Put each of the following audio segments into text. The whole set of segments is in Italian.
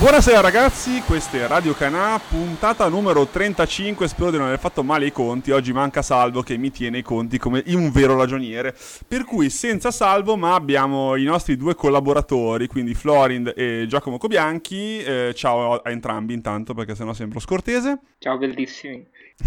Buonasera ragazzi, questa è Radio Canà, puntata numero 35, spero di non aver fatto male i conti, oggi manca Salvo che mi tiene i conti come un vero ragioniere, per cui senza Salvo ma abbiamo i nostri due collaboratori, quindi Florind e Giacomo Cobianchi, ciao a entrambi intanto perché sennò sembro scortese. Ciao bellissimi.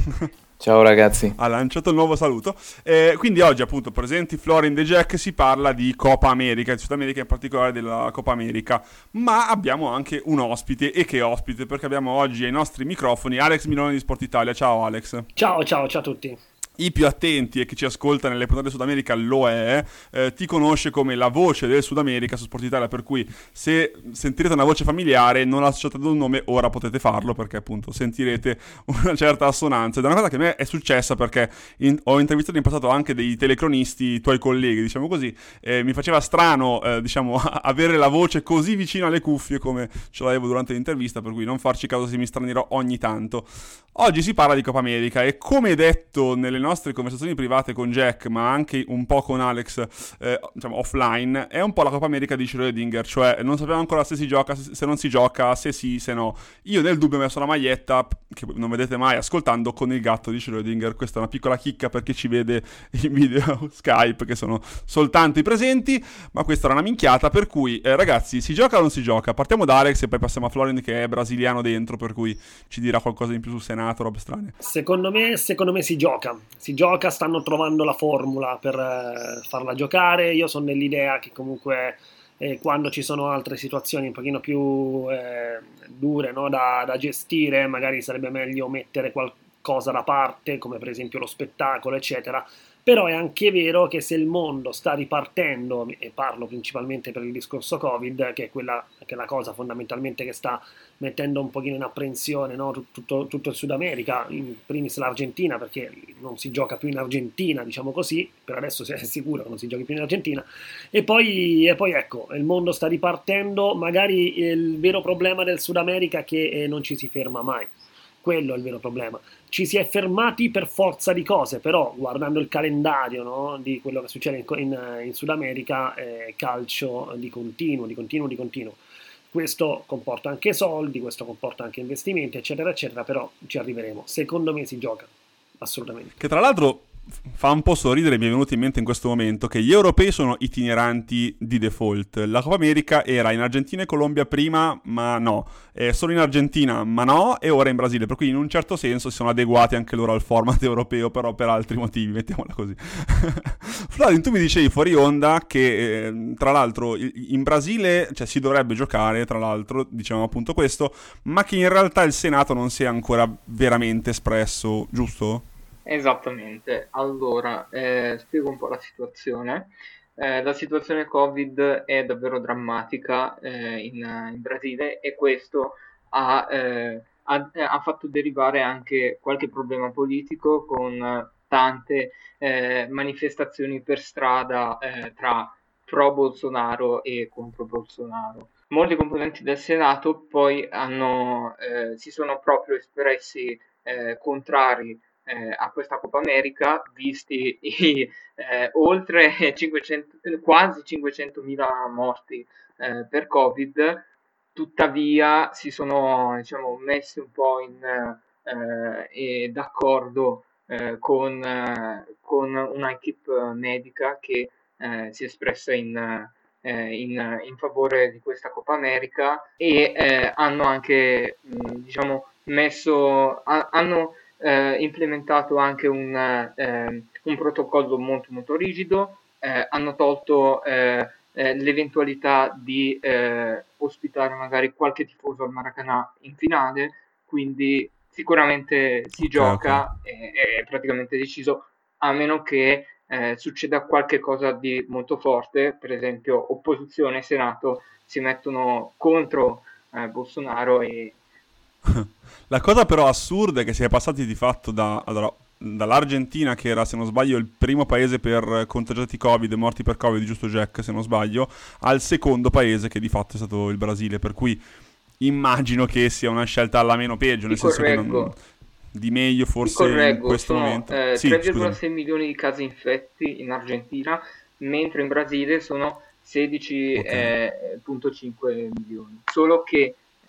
Ciao ragazzi. Ha lanciato il nuovo saluto. Quindi oggi appunto presenti Florind e Jack si parla di Copa America, di Sud America in particolare della Copa America, ma abbiamo anche un ospite, e che ospite, perché abbiamo oggi ai nostri microfoni Alex Milone di Sport Italia. Ciao Alex. Ciao a tutti. I più attenti e chi ci ascolta nelle puntate Sud America lo è, ti conosce come la voce del Sud America su Sport Italia, per cui se sentirete una voce familiare non associate ad un nome, ora potete farlo perché appunto sentirete una certa assonanza. Ed è una cosa che a me è successa perché ho intervistato in passato anche dei telecronisti, tuoi colleghi diciamo così, mi faceva strano diciamo avere la voce così vicina alle cuffie come ce l'avevo durante l'intervista, per cui non farci caso se mi stranirò ogni tanto. Oggi si parla di Copa America e come detto nelle nostre conversazioni private con Jack, ma anche un po' con Alex, diciamo offline, è un po' la Copa America di Schrödinger, cioè non sappiamo ancora se si gioca, se non si gioca, se sì, se no. Io nel dubbio ho messo la maglietta, che non vedete mai ascoltando, con il gatto di Schrödinger. Questa è una piccola chicca per chi ci vede in video Skype, che sono soltanto i presenti, ma questa era una minchiata, per cui ragazzi, si gioca o non si gioca? Partiamo da Alex e poi passiamo a Florian che è brasiliano dentro, per cui ci dirà qualcosa in più sul Senato, robe strane. Secondo me si gioca, stanno trovando la formula per farla giocare. Io sono nell'idea che comunque quando ci sono altre situazioni un pochino più dure, no, da gestire, magari sarebbe meglio mettere qualcosa da parte, come per esempio lo spettacolo eccetera. Però è anche vero che se il mondo sta ripartendo, e parlo principalmente per il discorso Covid, che è la cosa fondamentalmente che sta mettendo un pochino in apprensione, no, tutto il Sud America, in primis l'Argentina, perché non si gioca più in Argentina, diciamo così, per adesso è sicuro che non si giochi più in Argentina, e poi ecco, il mondo sta ripartendo, magari il vero problema del Sud America è che non ci si ferma mai. Quello è il vero problema. Ci si è fermati per forza di cose, però guardando il calendario, no, di quello che succede in Sud America, calcio di continuo. Questo comporta anche soldi, questo comporta anche investimenti, eccetera, eccetera, però ci arriveremo. Secondo me si gioca, assolutamente. Che tra l'altro fa un po' sorridere, mi è venuto in mente in questo momento, che gli europei sono itineranti di default. La Copa America era in Argentina e Colombia prima, ma no. Solo in Argentina, ma no, e ora in Brasile. Per cui in un certo senso si sono adeguati anche loro al format europeo, però per altri motivi, mettiamola così. Flavio, tu mi dicevi fuori onda che, tra l'altro, in Brasile si dovrebbe giocare, tra l'altro, diciamo appunto questo, ma che in realtà il Senato non si è ancora veramente espresso, giusto? Esattamente, allora spiego un po' la situazione. La situazione Covid è davvero drammatica in Brasile e questo ha fatto derivare anche qualche problema politico con tante manifestazioni per strada tra pro Bolsonaro e contro Bolsonaro. Molti componenti del Senato poi si sono proprio espressi contrari a questa Coppa America, visti i oltre 500, quasi 500.000 morti per Covid. Tuttavia si sono, diciamo, messi un po' d'accordo con un'equipe medica che si è espressa in favore di questa Coppa America e hanno anche diciamo hanno implementato anche un protocollo molto molto rigido, hanno tolto l'eventualità di ospitare magari qualche tifoso al Maracanã in finale, quindi sicuramente si gioca, è praticamente deciso, a meno che succeda qualche cosa di molto forte, per esempio opposizione e Senato si mettono contro Bolsonaro e La cosa però assurda è che si è passati di fatto dall'Argentina, che era, se non sbaglio, il primo paese per contagiati Covid, morti per Covid, giusto Jack, se non sbaglio, al secondo paese che di fatto è stato il Brasile, per cui immagino che sia una scelta alla meno peggio, nel senso che di meglio forse in questo momento. 3,6 milioni di casi infetti in Argentina, mentre in Brasile sono 16,5 milioni. Solo che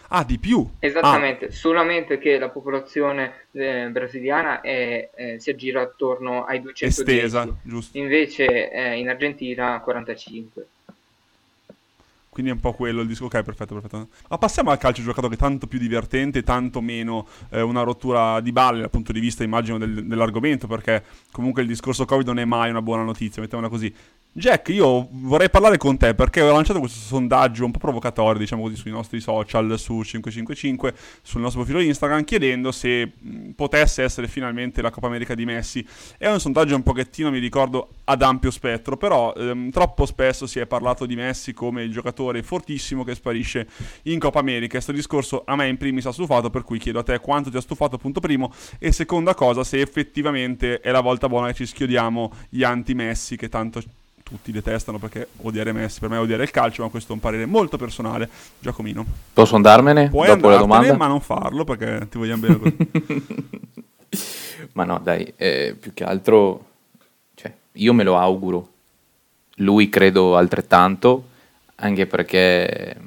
Ah, di più? Esattamente, solamente che la popolazione brasiliana si aggira attorno ai 210, Estesa, giusto. invece in Argentina 45. Quindi è un po' quello il disco. Ok, perfetto, perfetto. Ma passiamo al calcio giocato, che è tanto più divertente, tanto meno una rottura di balle dal punto di vista, immagino, dell'argomento, perché comunque il discorso Covid non è mai una buona notizia, mettiamola così. Jack, io vorrei parlare con te perché ho lanciato questo sondaggio un po' provocatorio, diciamo così, sui nostri social, su 555, sul nostro profilo Instagram, chiedendo se potesse essere finalmente la Coppa America di Messi. È un sondaggio un pochettino, mi ricordo, ad ampio spettro, però troppo spesso si è parlato di Messi come il giocatore fortissimo che sparisce in Coppa America. Questo discorso a me in primis ha stufato, per cui chiedo a te quanto ti ha stufato, punto primo, e seconda cosa, se effettivamente è la volta buona che ci schiodiamo gli anti-Messi, che tanto tutti detestano, perché odiare Messi per me è odiare il calcio, ma questo è un parere molto personale. Giacomino, Posso andarmene puoi dopo la andartene, domanda? ma non farlo perché ti vogliamo bene così. Ma no, dai, più che altro, cioè, io me lo auguro. Lui credo altrettanto, anche perché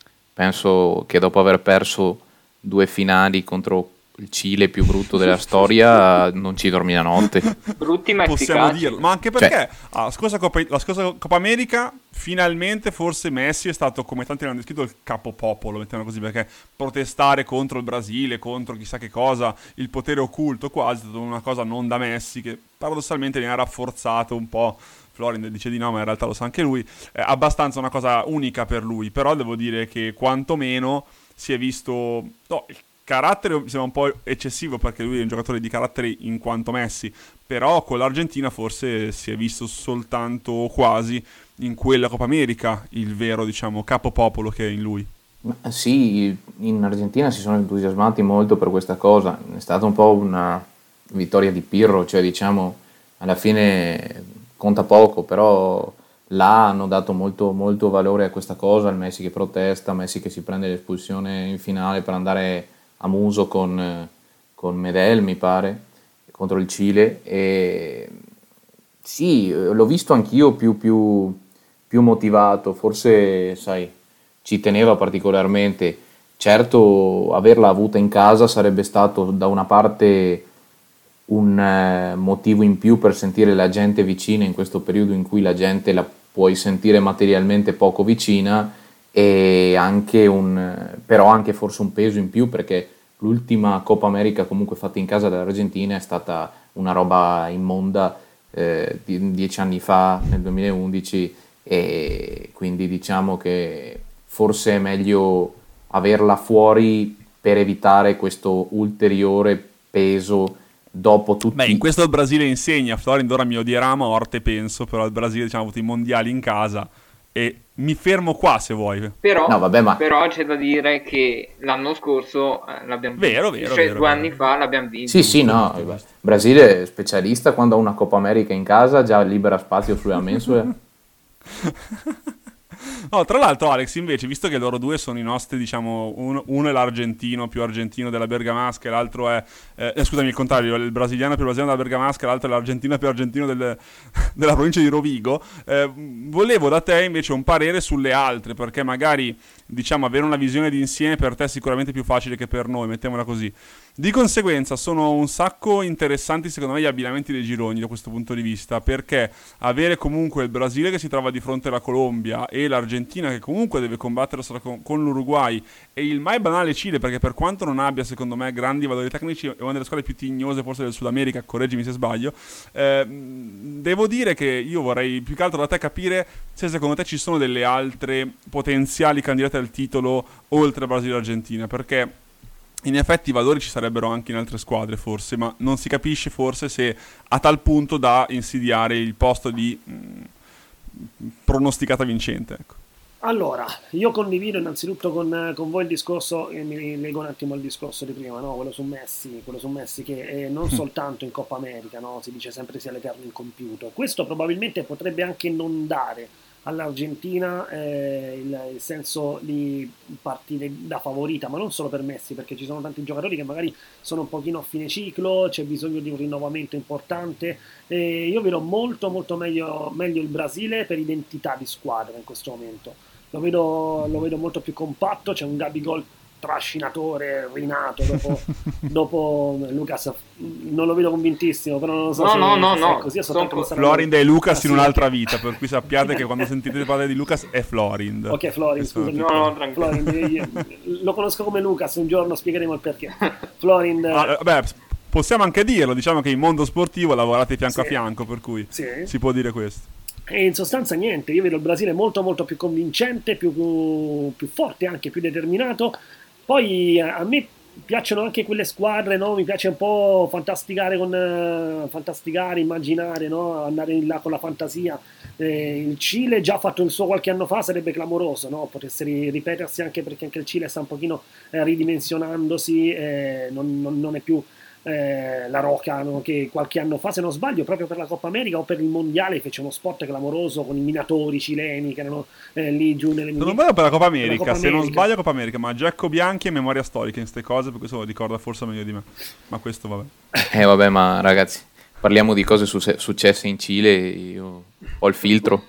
penso che dopo aver perso 2 finali contro il Cile più brutto della storia, non ci dormi la notte. Brutti ma Possiamo efficaci. dirlo, ma anche perché la scorsa Coppa America finalmente forse Messi è stato, come tanti l'hanno descritto, il capopopolo, mettiamo così, perché protestare contro il Brasile, contro chissà che cosa, il potere occulto quasi, è stata una cosa non da Messi, che paradossalmente ne ha rafforzato un po'. Florin dice di no, ma in realtà lo sa anche lui, è abbastanza una cosa unica per lui, però devo dire che quantomeno si è visto, no, il carattere sembra un po' eccessivo perché lui è un giocatore di carattere in quanto Messi, però con l'Argentina forse si è visto soltanto quasi in quella Coppa America il vero, diciamo, capopopolo che è in lui. Sì, in Argentina si sono entusiasmati molto per questa cosa, è stata un po' una vittoria di Pirro, cioè diciamo alla fine conta poco, però là hanno dato molto, molto valore a questa cosa, il Messi che protesta, Messi che si prende l'espulsione in finale per andare a muso con Medel, mi pare, contro il Cile, e sì, l'ho visto anch'io più motivato, forse, sai, ci teneva particolarmente. Certo, averla avuta in casa sarebbe stato da una parte un motivo in più per sentire la gente vicina in questo periodo in cui la gente la puoi sentire materialmente poco vicina, e anche però anche forse un peso in più, perché l'ultima Coppa America comunque fatta in casa dall'Argentina è stata una roba immonda 10 anni fa, nel 2011, e quindi diciamo che forse è meglio averla fuori per evitare questo ulteriore peso dopo Beh, in tutti. questo il Brasile insegna, Florin ora mi odierà a morte penso, però il Brasile, diciamo, ha avuto i mondiali in casa e mi fermo qua se vuoi. Però, No, vabbè, ma però c'è da dire che l'anno scorso l'abbiamo Vero, vinto, vero, cioè vero, 2 anni vero. fa l'abbiamo vinto. sì, sì, no, Giusto, giusto. Brasile è specialista quando ha una Coppa America in casa, già libera spazio sulle mensole. No, tra l'altro Alex, invece, visto che loro due sono i nostri, diciamo, uno è l'argentino più argentino della Bergamasca e l'altro è, scusami, il contrario, il brasiliano più brasiliano della Bergamasca e l'altro è l'argentino più argentino della provincia di Rovigo, volevo da te invece un parere sulle altre, perché magari, diciamo, avere una visione d'insieme per te è sicuramente più facile che per noi, mettiamola così. Di conseguenza sono un sacco interessanti secondo me gli abbinamenti dei gironi da questo punto di vista, perché avere comunque il Brasile che si trova di fronte alla Colombia e l'Argentina che comunque deve combattere con l'Uruguay e il mai banale Cile, perché per quanto non abbia secondo me grandi valori tecnici è una delle squadre più tignose forse del Sud America, correggimi se sbaglio, devo dire che io vorrei più che altro da te capire se secondo te ci sono delle altre potenziali candidate al titolo oltre Brasile e Argentina, perché in effetti i valori ci sarebbero anche in altre squadre forse, ma non si capisce forse se a tal punto da insidiare il posto di pronosticata vincente, ecco. Allora, io condivido innanzitutto con voi il discorso, e mi leggo un attimo al discorso di prima, no? Quello su Messi che non soltanto in Coppa America, no? Si dice sempre sia l'eterno incompiuto. Questo probabilmente potrebbe anche non dare all'Argentina il senso di partire da favorita, ma non solo per Messi, perché ci sono tanti giocatori che magari sono un pochino a fine ciclo, c'è bisogno di un rinnovamento importante. Io vedo molto molto meglio il Brasile per identità di squadra in questo momento. Lo vedo molto più compatto, c'è un Gabigol trascinatore rinato dopo Lucas, non lo vedo convintissimo, però non lo so no, è così. Florind è Lucas in un'altra vita, per cui sappiate che quando sentite parlare di Lucas è Florind. Ok, Florind, scusami. No, tranquillo. Florind, lo conosco come Lucas, un giorno spiegheremo il perché. Florind... possiamo anche dirlo, diciamo che in mondo sportivo lavorate fianco a fianco, per cui si può dire questo. E in sostanza niente, io vedo il Brasile molto molto più convincente, più forte, anche più determinato. Poi a me piacciono anche quelle squadre, no? Mi piace un po' fantasticare, immaginare, no? Andare in là con la fantasia. Il Cile già ha fatto il suo qualche anno fa, sarebbe clamoroso, no? Potesse ripetersi, anche perché anche il Cile sta un pochino ridimensionandosi, non è più la Roca, no? Che qualche anno fa, se non sbaglio, proprio per la Coppa America o per il Mondiale fece uno sport clamoroso con i minatori cileni che erano lì giù nelle mine. Non sbaglio per la Coppa America, se non sbaglio Coppa America, ma Giacco Bianchi e memoria storica in queste cose, per questo lo ricorda forse meglio di me, ma questo vabbè. Vabbè, ma ragazzi, parliamo di cose successe in Cile, io ho il filtro.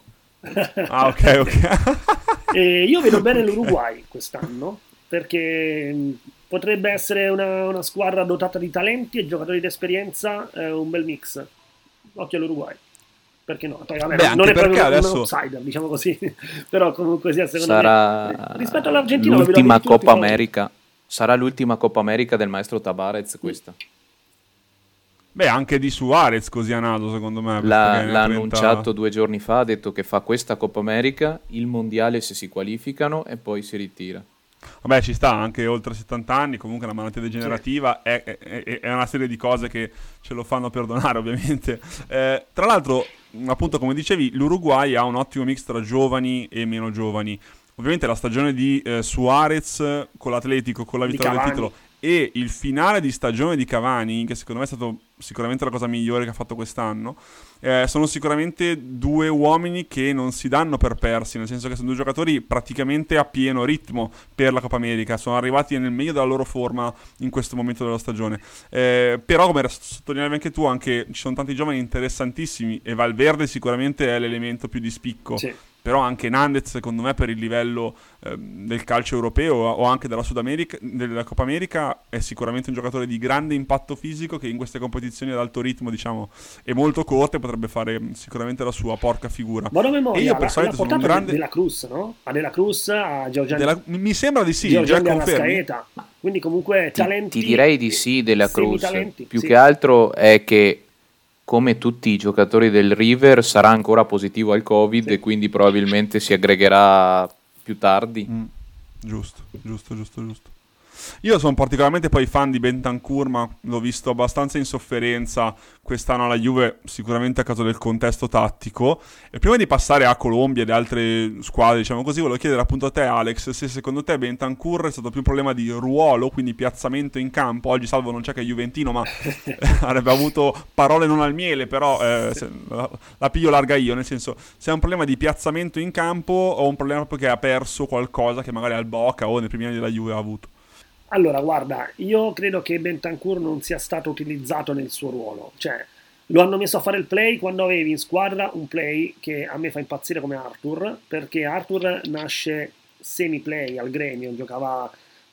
Ok. Io vedo bene l'Uruguay quest'anno, perché potrebbe essere una squadra dotata di talenti e giocatori di esperienza, un bel mix. Occhio all'Uruguay. Perché no? Poi, vabbè, non è proprio adesso... un outsider, diciamo così. Però comunque sia, secondo me, rispetto all'Argentina, l'ultima Coppa America. Sarà l'ultima Coppa America del maestro Tabarez questa. Beh, anche di Suarez così a naso, secondo me. L'ha annunciato 2 giorni fa, ha detto che fa questa Coppa America, il mondiale se si qualificano e poi si ritira. Vabbè, ci sta, anche oltre 70 anni, comunque la malattia degenerativa è una serie di cose che ce lo fanno perdonare, ovviamente. Tra l'altro, appunto, come dicevi, l'Uruguay ha un ottimo mix tra giovani e meno giovani. Ovviamente la stagione di Suarez con l'Atletico, con la vittoria del titolo, e il finale di stagione di Cavani, che secondo me è stato sicuramente la cosa migliore che ha fatto quest'anno, sono sicuramente 2 uomini che non si danno per persi, nel senso che sono 2 giocatori praticamente a pieno ritmo per la Coppa America, sono arrivati nel meglio della loro forma in questo momento della stagione, però come sottolineavi anche tu, anche ci sono tanti giovani interessantissimi e Valverde sicuramente è l'elemento più di spicco. Sì. Però anche Nandez, secondo me, per il livello del calcio europeo o anche della Sud America, della Coppa America, è sicuramente un giocatore di grande impatto fisico che in queste competizioni ad alto ritmo, diciamo, e molto corte, potrebbe fare sicuramente la sua porca figura. Buona memoria, e io personalmente sono un grande... della Cruz, no? A Della Cruz, a Giorgiani... Mi sembra di sì, già confermi. Quindi comunque talenti... Ti direi di sì della Cruz. Più che altro è che come tutti i giocatori del River sarà ancora positivo al Covid e quindi probabilmente si aggregherà più tardi. Giusto. Io sono particolarmente poi fan di Bentancur, ma l'ho visto abbastanza in sofferenza quest'anno alla Juve, sicuramente a causa del contesto tattico. E prima di passare a Colombia ed altre squadre, diciamo così, volevo chiedere appunto a te, Alex, se secondo te Bentancur è stato più un problema di ruolo, quindi piazzamento in campo. Oggi Salvo non c'è, che è juventino, ma avrebbe avuto parole non al miele, però la piglio larga io, nel senso, se è un problema di piazzamento in campo o un problema proprio che ha perso qualcosa che magari al Boca o nei primi anni della Juve ha avuto. Allora, guarda, io credo che Bentancur non sia stato utilizzato nel suo ruolo, cioè lo hanno messo a fare il play quando avevi in squadra un play che a me fa impazzire come Arthur, perché Arthur nasce semi-play al Gremio, giocava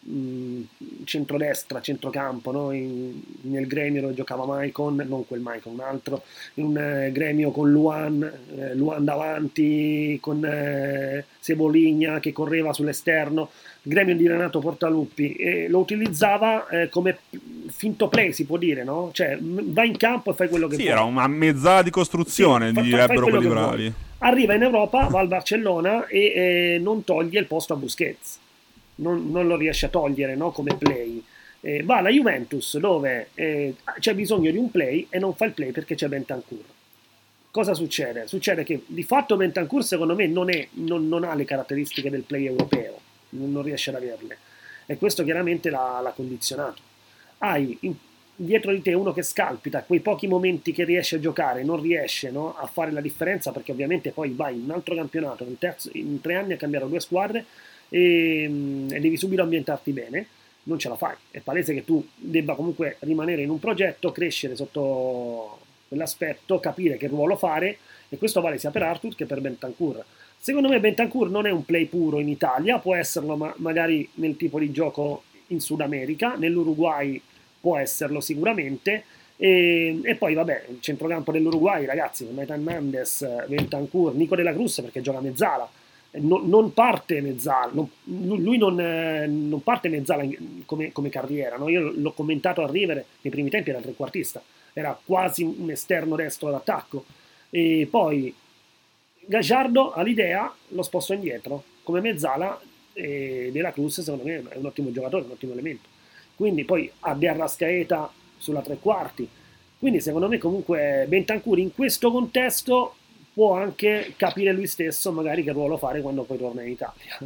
centrodestra, centrocampo, no? Nel Gremio lo giocava Maicon, non quel Maicon, un altro, in un Gremio con Luan davanti, con Cebolinha che correva sull'esterno, Gremio di Renato Portaluppi, e lo utilizzava come finto play, si può dire, no? Cioè vai in campo e fai quello che vuoi. Sì, era una mezzala di costruzione, direbbero quelli bravi. Arriva in Europa, va al Barcellona e non toglie il posto a Busquets. Non lo riesce a togliere, no? Come play. Va alla Juventus dove c'è bisogno di un play e non fa il play perché c'è Bentancur. Cosa succede? Succede che di fatto Bentancur secondo me non ha le caratteristiche del play europeo, non riesce ad averle, e questo chiaramente l'ha condizionato. Hai dietro di te uno che scalpita, quei pochi momenti che riesce a giocare non riesce, no, a fare la differenza, perché ovviamente poi vai in un altro campionato in 3 anni a cambiare 2 squadre e devi subito ambientarti bene, non ce la fai. È palese che tu debba comunque rimanere in un progetto, crescere sotto quell'aspetto, capire che ruolo fare, e questo vale sia per Arthur che per Bentancur. Secondo me Bentancur non è un play puro in Italia, può esserlo magari nel tipo di gioco in Sud America, nell'Uruguay può esserlo sicuramente, e poi vabbè, il centrocampo dell'Uruguay, ragazzi, Nathan Mendes, Bentancur, Nico de la Cruz perché gioca mezzala, non parte mezzala, lui non parte mezzala come carriera, no? Io l'ho commentato a River, nei primi tempi era trequartista, era quasi un esterno destro d'attacco, e poi Gallardo ha l'idea, lo sposto indietro come mezzala, e De La Cruz secondo me è un ottimo giocatore, un ottimo elemento, quindi poi ha De Arrascaeta sulla tre quarti, quindi secondo me comunque Bentancur in questo contesto può anche capire lui stesso magari che ruolo fare quando poi torna in Italia.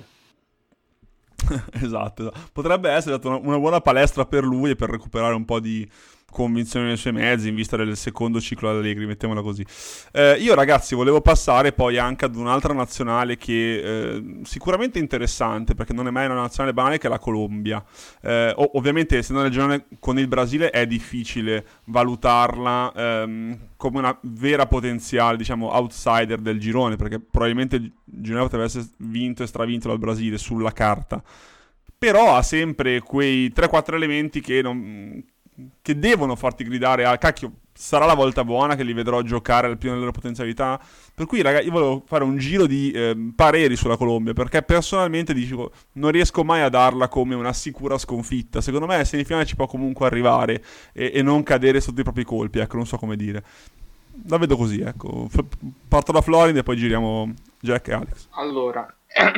Esatto. Potrebbe essere stata una buona palestra per lui e per recuperare un po' di convinzione nei suoi mezzi in vista del secondo ciclo Allegri, mettiamola così. Io ragazzi volevo passare poi anche ad un'altra nazionale che sicuramente interessante, perché non è mai una nazionale banale, che è la Colombia. Ovviamente essendo nel girone con il Brasile è difficile valutarla come una vera potenziale, diciamo, outsider del girone, perché probabilmente il girone potrebbe essere vinto e stravinto dal Brasile sulla carta, però ha sempre quei 3-4 elementi che devono farti gridare a cacchio, sarà la volta buona, che li vedrò giocare al pieno delle loro potenzialità. Per cui ragazzi, io volevo fare un giro di pareri sulla Colombia, perché personalmente dico, non riesco mai a darla come una sicura sconfitta. Secondo me in semifinale ci può comunque arrivare e non cadere sotto i propri colpi, ecco, non so come dire. La vedo così, ecco. Parto da Florida e poi giriamo Jack e Alex. Allora,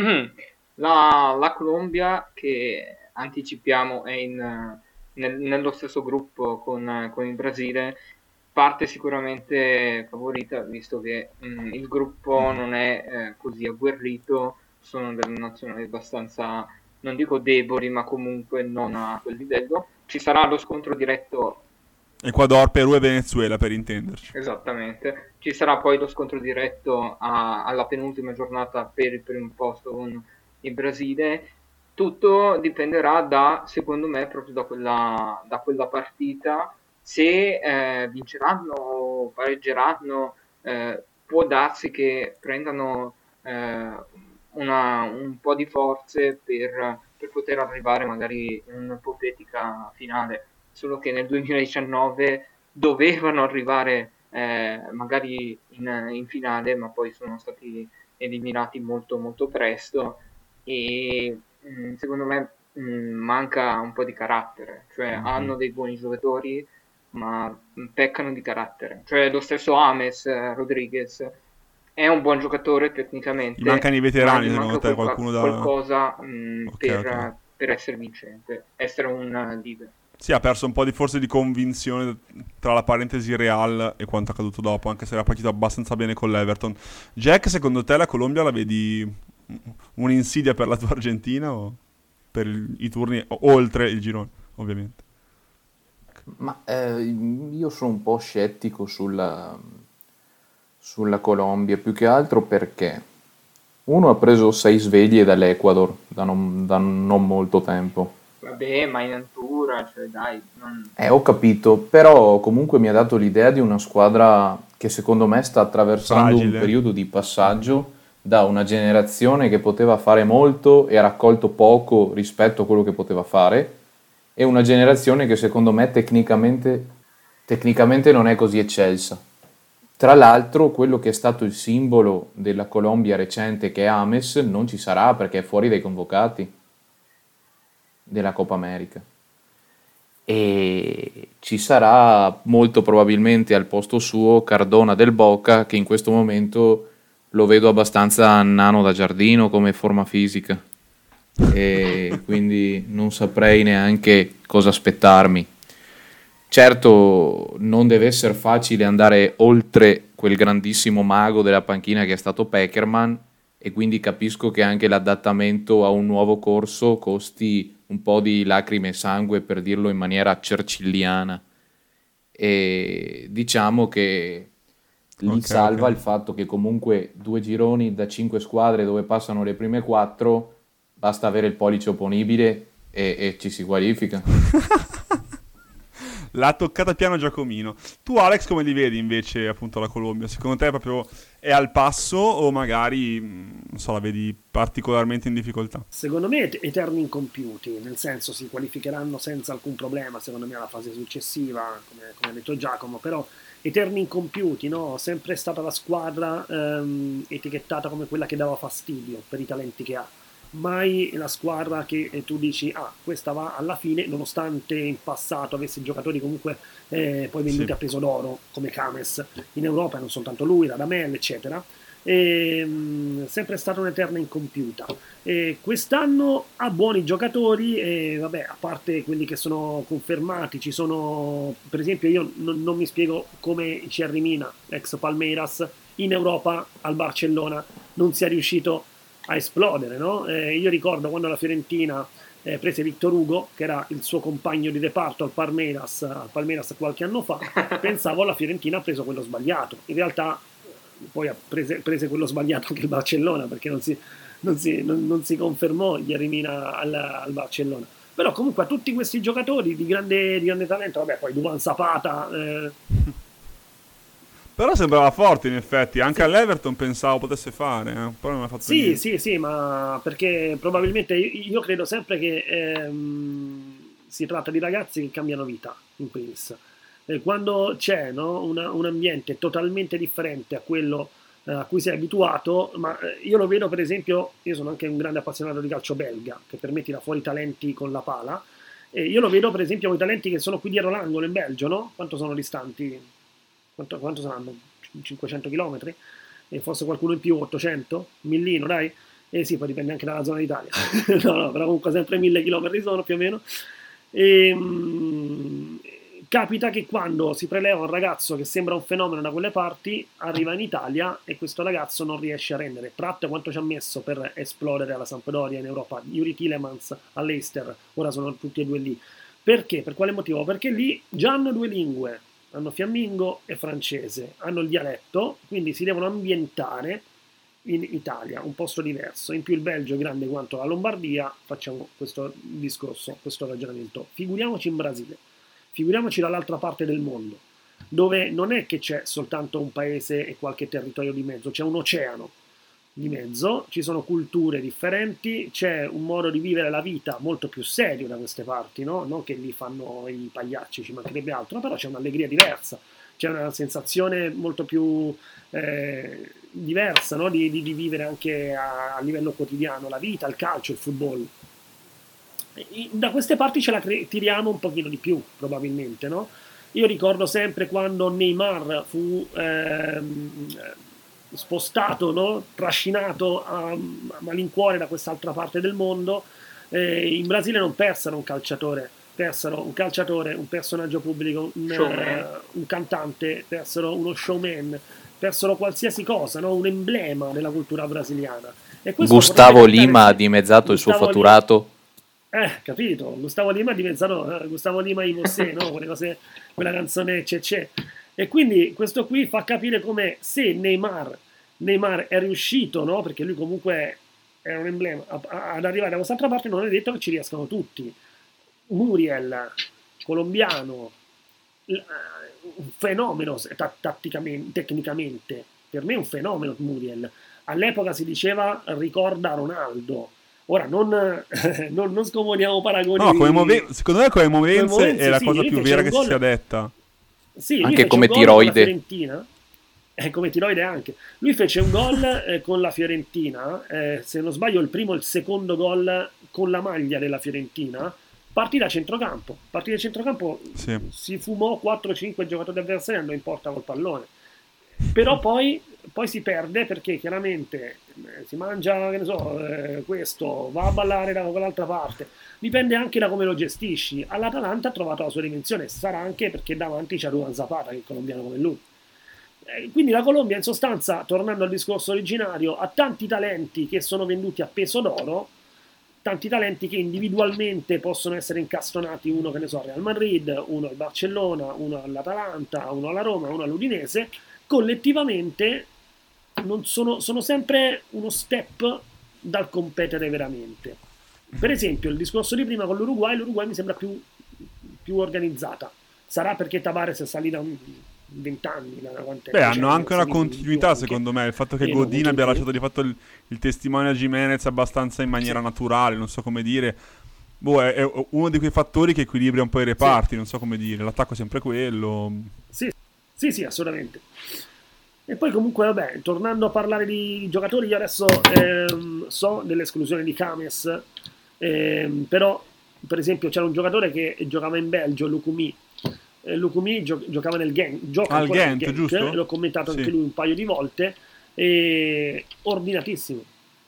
la Colombia, che anticipiamo è nello stesso gruppo con il Brasile, parte sicuramente favorita, visto che il gruppo non è così agguerrito, sono delle nazioni abbastanza, non dico deboli, ma comunque non a quel livello. Ci sarà lo scontro diretto. Ecuador, Perù e Venezuela, per intenderci. Esattamente. Ci sarà poi lo scontro diretto alla penultima giornata per il primo posto con il Brasile. Tutto dipenderà secondo me, proprio da quella partita. Se vinceranno o pareggeranno, può darsi che prendano un po' di forze per poter arrivare magari in un'ipotetica finale. Solo che nel 2019 dovevano arrivare magari in finale, ma poi sono stati eliminati molto molto presto, e secondo me manca un po' di carattere, cioè hanno dei buoni giocatori ma peccano di carattere, cioè lo stesso James Rodriguez è un buon giocatore tecnicamente, Gli mancano i veterani, ma gli secondo manca te qualcuno da... qualcosa Ok. per essere vincente, essere un leader. Sì, ha perso un po' forse di convinzione tra la parentesi Real e quanto accaduto dopo, anche se era partito abbastanza bene con l'Everton. Jack, secondo te la Colombia la vedi un'insidia per la tua Argentina o per i turni oltre il girone, ovviamente? Ma io sono un po' scettico sulla Colombia, più che altro perché uno ha preso 6 sveglie dall'Ecuador da non molto tempo. Vabbè, ma in natura, cioè dai, Ho capito, però comunque mi ha dato l'idea di una squadra che secondo me sta attraversando Fragile. un periodo di passaggio da una generazione che poteva fare molto e ha raccolto poco rispetto a quello che poteva fare, e una generazione che secondo me tecnicamente non è così eccelsa. Tra l'altro quello che è stato il simbolo della Colombia recente, che è James, non ci sarà perché è fuori dai convocati della Coppa America, e ci sarà molto probabilmente al posto suo Cardona del Boca, che in questo momento lo vedo abbastanza nano da giardino come forma fisica, e quindi non saprei neanche cosa aspettarmi. Certo, non deve essere facile andare oltre quel grandissimo mago della panchina che è stato Pekerman, e quindi capisco che anche l'adattamento a un nuovo corso costi un po' di lacrime e sangue, per dirlo in maniera churchilliana, e diciamo che li salva il fatto che comunque 2 gironi da 5 squadre dove passano le prime 4, basta avere il pollice opponibile e ci si qualifica. L'ha toccata piano Giacomino. Tu Alex come li vedi invece appunto la Colombia? Secondo te proprio è al passo o magari, non so, la vedi particolarmente in difficoltà? Secondo me eterni incompiuti, nel senso si qualificheranno senza alcun problema, secondo me alla fase successiva, come ha detto Giacomo, però eterni incompiuti, no? Sempre stata la squadra etichettata come quella che dava fastidio per i talenti che ha. Mai la squadra che tu dici, questa va alla fine, nonostante in passato avesse giocatori comunque poi venduti Sì. a peso d'oro, come Cames in Europa, non soltanto lui, Radamel, eccetera. Sempre stata un'eterna incompiuta. Quest'anno ha buoni giocatori e vabbè, a parte quelli che sono confermati, ci sono, per esempio, io non mi spiego come Thierry Mina, ex Palmeiras, in Europa al Barcellona non sia riuscito a esplodere, no? Io ricordo quando la Fiorentina prese Victor Hugo, che era il suo compagno di reparto al Palmeiras qualche anno fa, pensavo la Fiorentina ha preso quello sbagliato. In realtà poi ha prese quello sbagliato anche il Barcellona, perché non si confermò Thierry Mina al Barcellona. Però comunque a tutti questi giocatori di grande talento, vabbè, poi Duvan Zapata, Però sembrava forte in effetti, anche sì, all'Everton pensavo potesse fare, però non ha fatto sì, niente. sì, sì, ma perché probabilmente io credo sempre che si tratta di ragazzi che cambiano vita, in primis. Quando c'è, no, un ambiente totalmente differente a quello a cui sei abituato, ma io lo vedo per esempio, io sono anche un grande appassionato di calcio belga, che per me tira fuori talenti con la pala, e io lo vedo per esempio con i talenti che sono qui dietro l'angolo in Belgio, no? Quanto sono distanti? Quanto saranno? 500 km? E forse qualcuno in più, 800? Millino, dai? Eh sì, poi dipende anche dalla zona d'Italia. No, però comunque sempre 1000 km sono più o meno. E, capita che quando si preleva un ragazzo che sembra un fenomeno da quelle parti, arriva in Italia e questo ragazzo non riesce a rendere. Pratt quanto ci ha messo per esplodere alla Sampdoria in Europa, Yuri Tillemans all'Eister, ora sono tutti e due lì. Perché? Per quale motivo? Perché lì già hanno due lingue, hanno fiammingo e francese, hanno il dialetto, quindi si devono ambientare in Italia, un posto diverso. In più il Belgio è grande quanto la Lombardia, facciamo questo discorso, questo ragionamento. Figuriamoci in Brasile, figuriamoci dall'altra parte del mondo, dove non è che c'è soltanto un paese e qualche territorio di mezzo, c'è un oceano di mezzo, ci sono culture differenti, c'è un modo di vivere la vita molto più serio da queste parti, no? Non che lì fanno i pagliacci, ci mancherebbe altro, però c'è un'allegria diversa, c'è una sensazione molto più diversa, no? Di vivere anche a livello quotidiano la vita, il calcio, il football. Da queste parti ce la tiriamo un pochino di più, probabilmente, no? Io ricordo sempre quando Neymar fu spostato, no? Trascinato a malincuore da quest'altra parte del mondo. In Brasile non persero un calciatore, un personaggio pubblico, un cantante, persero uno showman, persero qualsiasi cosa, no? Un emblema della cultura brasiliana. E questo Gustavo Lima ha dimezzato il suo fatturato. Capito, Gustavo Lima è diventato Gustavo Lima i Mossè, no? Quella canzone c'è. E quindi questo qui fa capire come se Neymar è riuscito, no? Perché lui comunque è un emblema, ad arrivare da quest'altra parte non è detto che ci riescano tutti. Muriel, colombiano, un fenomeno tecnicamente, per me è un fenomeno Muriel. All'epoca si diceva ricorda Ronaldo. Ora non scomodiamo paragoni. No, secondo me come movenze è la cosa più vera che si sia detta. Sì, anche come tiroide. Come tiroide anche. Lui fece un gol con la Fiorentina, se non sbaglio il primo e il secondo gol con la maglia della Fiorentina. Partì da centrocampo. Sì. Si fumò 4-5 giocatori avversari e andò in porta col pallone. Però poi si perde perché chiaramente si mangia, che ne so, questo, va a ballare da quell'altra parte. Dipende anche da come lo gestisci. All'Atalanta ha trovato la sua dimensione, sarà anche perché davanti c'è Duvan Zapata, che è colombiano come lui. Quindi la Colombia, in sostanza, tornando al discorso originario, ha tanti talenti che sono venduti a peso d'oro, tanti talenti che individualmente possono essere incastonati, uno che ne so al Real Madrid, uno al Barcellona, uno all'Atalanta, uno alla Roma, uno all'Udinese. Collettivamente sono sempre uno step dal competere veramente. Per esempio il discorso di prima con l'Uruguay mi sembra più organizzata, Sarà perché Tavares sta lì da 20 anni, Beh, hanno anche una continuità, secondo me. Il fatto che Godin abbia lasciato di fatto il testimone a Gimenez abbastanza in maniera naturale, non so come dire. Boh, è uno di quei fattori che equilibra un po' i reparti, non so come dire. L'attacco è sempre quello. Sì, assolutamente. E poi comunque, vabbè, tornando a parlare di giocatori, io adesso so dell'esclusione di James, però per esempio c'era un giocatore che giocava in Belgio, Lukumi. Lukumi giocava nel Genk, gioca al ancora Genk, nel Genk, giusto? l'ho commentato anche lui un paio di volte, ordinatissimo.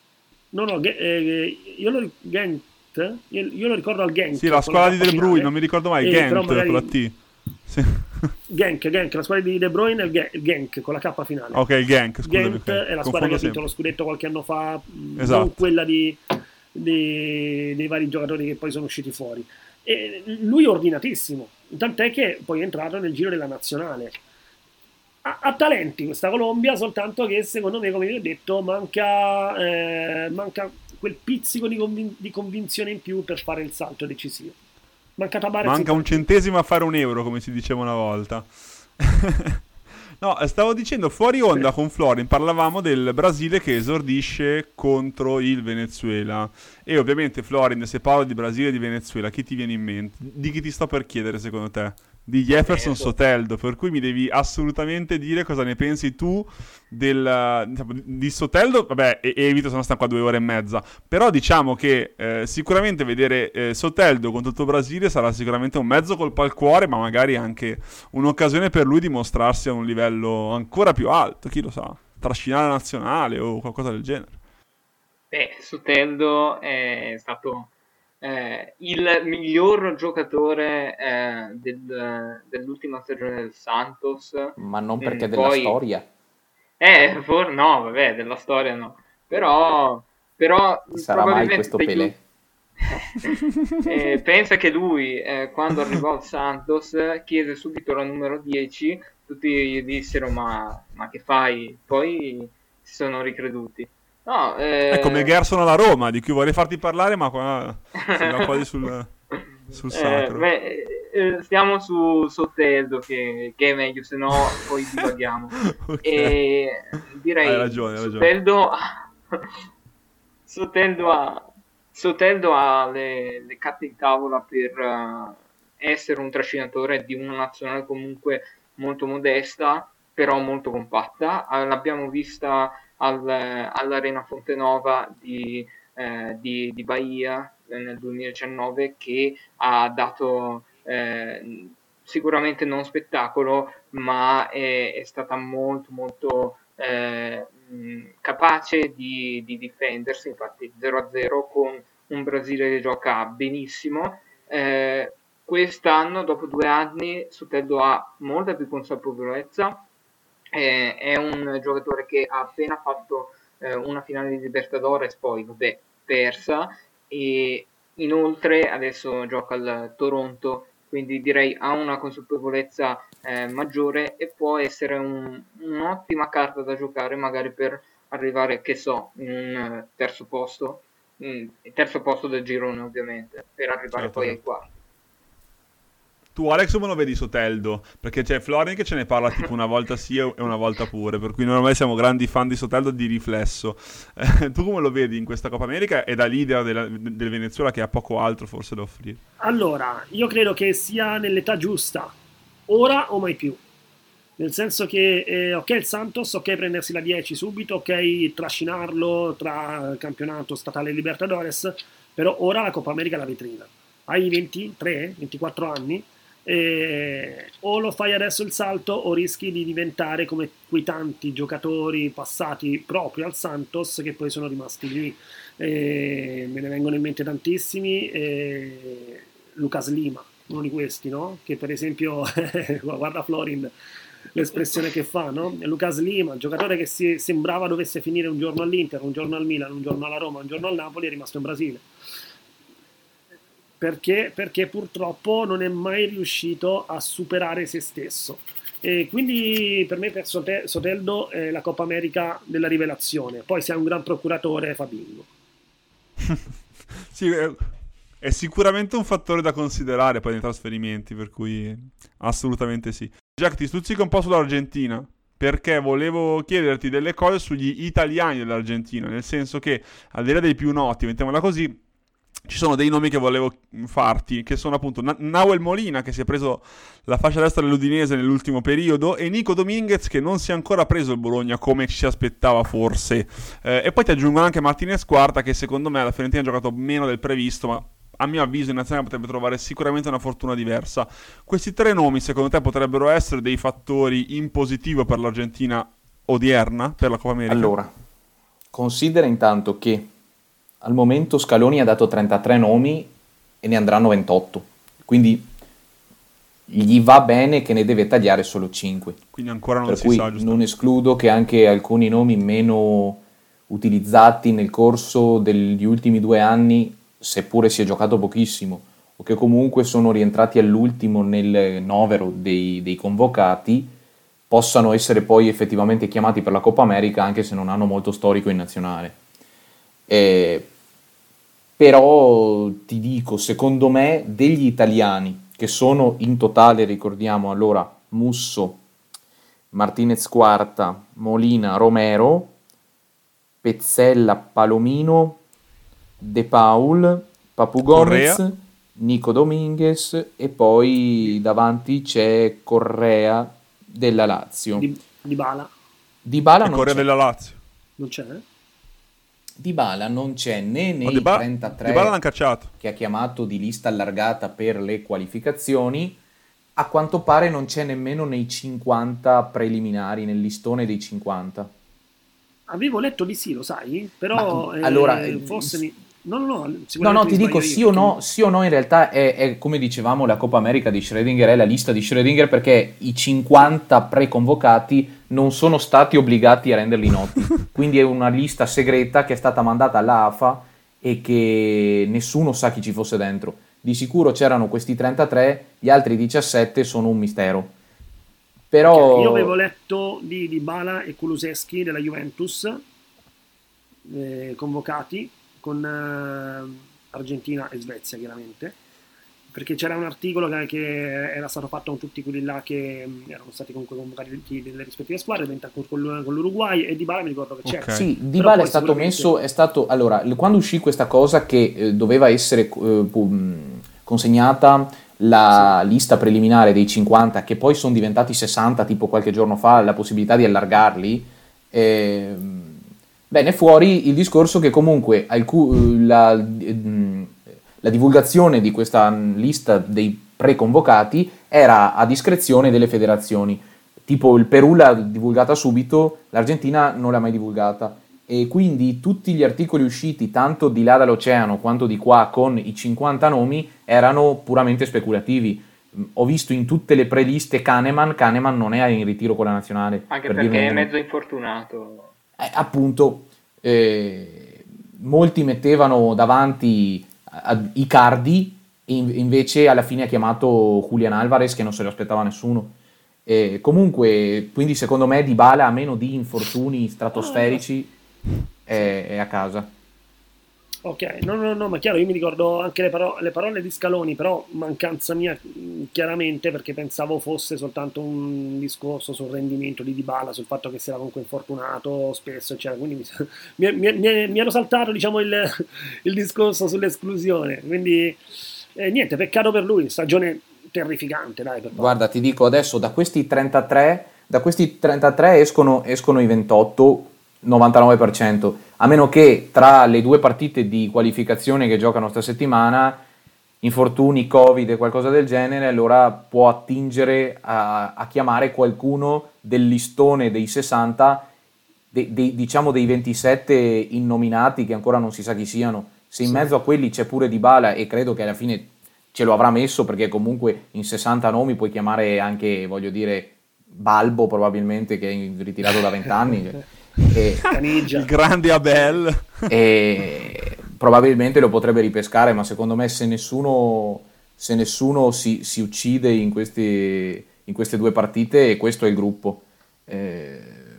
Io lo ricordo al Genk. Sì, la squadra di De Bruyne, non mi ricordo mai, Genk, magari... con la T. Sì. Genk, la squadra di De Bruyne è il Genk con la K finale. Ok, il Genk, scusami. Genk è la squadra che ha vinto lo scudetto qualche anno fa, esatto. Non quella dei vari giocatori che poi sono usciti fuori. E lui è ordinatissimo, tant'è che poi è entrato nel giro della nazionale. Ha talenti questa Colombia, soltanto che secondo me, come vi ho detto, manca quel pizzico di convinzione in più per fare il salto decisivo. Manca un centesimo a fare un euro, come si diceva una volta. No, stavo dicendo, fuori onda con Florin parlavamo del Brasile che esordisce contro il Venezuela. E ovviamente, Florin, se parlo di Brasile e di Venezuela, chi ti viene in mente? Di chi ti sto per chiedere, secondo te? Di Jefferson Soteldo, per cui mi devi assolutamente dire cosa ne pensi tu di Soteldo. Vabbè, evito, se no stanno qua 2 ore e mezza, però diciamo che sicuramente vedere Soteldo contro tutto il Brasile sarà sicuramente un mezzo colpo al cuore, ma magari anche un'occasione per lui di mostrarsi a un livello ancora più alto, chi lo sa, trascinare la nazionale o qualcosa del genere. Soteldo è stato il miglior giocatore dell'ultima stagione del Santos, ma non perché della storia. No, vabbè, della storia no, però sarà mai questo Pelé. Pensa che lui quando arrivò al Santos chiese subito la numero 10, tutti gli dissero ma che fai? Poi si sono ricreduti. No, è come Gerson alla Roma, di cui vorrei farti parlare, ma qua si va quasi sul sacro. Stiamo su Soteldo che è meglio, se no poi divaghiamo. Okay. E direi hai ragione. Soteldo ha le carte in tavola per essere un trascinatore di una nazionale comunque molto modesta, però molto compatta. L'abbiamo vista all'Arena Fontenova di Bahia nel 2019, che ha dato sicuramente non spettacolo, ma è stata molto molto capace di difendersi. Infatti 0-0 con un Brasile che gioca benissimo. Quest'anno, dopo 2 anni, Soteldo ha molta più consapevolezza. È un giocatore che ha appena fatto una finale di Libertadores, poi vabbè, persa, e inoltre adesso gioca al Toronto, quindi direi ha una consapevolezza maggiore e può essere un'ottima carta da giocare, magari per arrivare, che so, in un terzo posto del girone, ovviamente, per arrivare poi ai quarti. Tu, Alex, come lo vedi Soteldo? Perché c'è Florin che ce ne parla tipo una volta sì e una volta pure, per cui noi ormai siamo grandi fan di Soteldo di riflesso. Tu come lo vedi in questa Coppa America e da leader del Venezuela, che ha poco altro forse da offrire? Allora, io credo che sia nell'età giusta, ora o mai più. Nel senso che, ok il Santos, ok prendersi la 10 subito, ok trascinarlo tra campionato statale e Libertadores, però ora la Coppa America è la vetrina. Hai 23, 24 anni, o lo fai adesso il salto o rischi di diventare come quei tanti giocatori passati proprio al Santos che poi sono rimasti lì. Me ne vengono in mente tantissimi. Lucas Lima, uno di questi, no? Che per esempio guarda Florin l'espressione che fa, no? Lucas Lima, giocatore che sembrava dovesse finire un giorno all'Inter, un giorno al Milan, un giorno alla Roma, un giorno al Napoli, è rimasto in Brasile. Perché purtroppo non è mai riuscito a superare se stesso. E quindi per me, per Soteldo, è la Coppa America della rivelazione. Poi se è un gran procuratore fa bingo. Sì, è sicuramente un fattore da considerare poi nei trasferimenti, per cui assolutamente sì. Jack, ti stuzzico un po' sull'Argentina, perché volevo chiederti delle cose sugli italiani dell'Argentina, nel senso che, al di là dei più noti, mettiamola così, ci sono dei nomi che volevo farti, che sono appunto Nahuel Molina, che si è preso la fascia destra dell'Udinese nell'ultimo periodo, e Nico Dominguez, che non si è ancora preso il Bologna come ci si aspettava forse. E poi ti aggiungo anche Martinez Quarta, che secondo me alla Fiorentina ha giocato meno del previsto, ma a mio avviso in nazionale potrebbe trovare sicuramente una fortuna diversa. Questi tre nomi secondo te potrebbero essere dei fattori in positivo per l'Argentina odierna, per la Coppa America? Allora, considera intanto che al momento Scaloni ha dato 33 nomi e ne andranno 28, quindi gli va bene che ne deve tagliare solo 5. Quindi ancora non Per si cui sa, giusto? non escludo che anche alcuni nomi meno utilizzati nel corso degli ultimi 2 anni, seppure si è giocato pochissimo, o che comunque sono rientrati all'ultimo nel novero dei convocati, possano essere poi effettivamente chiamati per la Coppa America, anche se non hanno molto storico in nazionale. Però ti dico, secondo me, degli italiani, che sono in totale, ricordiamo allora, Musso, Martinez Quarta, Molina, Romero, Pezzella, Palomino, De Paul, Papu Gomez, Correa. Nico Dominguez, e poi davanti c'è Correa della Lazio. Dybala Dybala E non Correa c'è. della Lazio. non c'è? Dybala non c'è né Ma nei 33 Dybala l'hanno cacciato. che ha chiamato di lista allargata per le qualificazioni, a quanto pare non c'è nemmeno nei 50 preliminari, nel listone dei 50. Avevo letto di sì, lo sai? Però Ma, allora, forse no, No, ti dico sì o no, in realtà è come dicevamo la Coppa America di Schrödinger, è la lista di Schrödinger, perché i 50 preconvocati non sono stati obbligati a renderli noti, quindi è una lista segreta che è stata mandata alla AFA e che nessuno sa chi ci fosse dentro. Di sicuro c'erano questi 33, gli altri 17 sono un mistero. Però Ok, io avevo letto di Dybala e Kulusevski della Juventus convocati con Argentina e Svezia chiaramente, perché c'era un articolo che era stato fatto con tutti quelli là che erano stati comunque convocati delle rispettive squadre, con l'Uruguay, e Dybala mi ricordo che c'era. Ok. sì, Però Dybala poi è stato sicuramente- allora, quando uscì questa cosa che doveva essere consegnata la lista preliminare dei 50, che poi sono diventati 60 tipo qualche giorno fa, la possibilità di allargarli, bene, fuori il discorso che comunque la divulgazione di questa lista dei preconvocati era a discrezione delle federazioni. Tipo il Perù l'ha divulgata subito, l'Argentina non l'ha mai divulgata. E quindi tutti gli articoli usciti, tanto di là dall'oceano quanto di qua, con i 50 nomi, erano puramente speculativi. Ho visto in tutte le preliste Kahneman non è in ritiro con la nazionale. Anche per perché dirne è uno. mezzo infortunato. Appunto, molti mettevano davanti Icardi, e invece alla fine ha chiamato Julian Alvarez, che non se lo aspettava nessuno. Comunque, quindi secondo me Dybala, a meno di infortuni stratosferici, è a casa. Ok, no, ma chiaro, io mi ricordo anche le parole di Scaloni, però mancanza mia chiaramente, perché pensavo fosse soltanto un discorso sul rendimento di Dybala, sul fatto che si era comunque infortunato spesso, eccetera, quindi mi ero saltato, diciamo, il discorso sull'esclusione, quindi niente, peccato per lui, stagione terrificante, dai, per forza. Guarda, ti dico adesso, da questi 33 escono i 28, 99%, a meno che tra le due partite di qualificazione che giocano sta settimana, infortuni, Covid e qualcosa del genere, allora può attingere a chiamare qualcuno del listone dei 60, diciamo dei 27 innominati, che ancora non si sa chi siano. Se in Sì. mezzo a quelli c'è pure Dybala, e credo che alla fine ce lo avrà messo, perché comunque in 60 nomi puoi chiamare anche, voglio dire, Balbo probabilmente, che è ritirato da 20 anni. Caniggia. Il grande Abel. E probabilmente lo potrebbe ripescare, ma secondo me se nessuno si uccide in queste due partite, questo è il gruppo.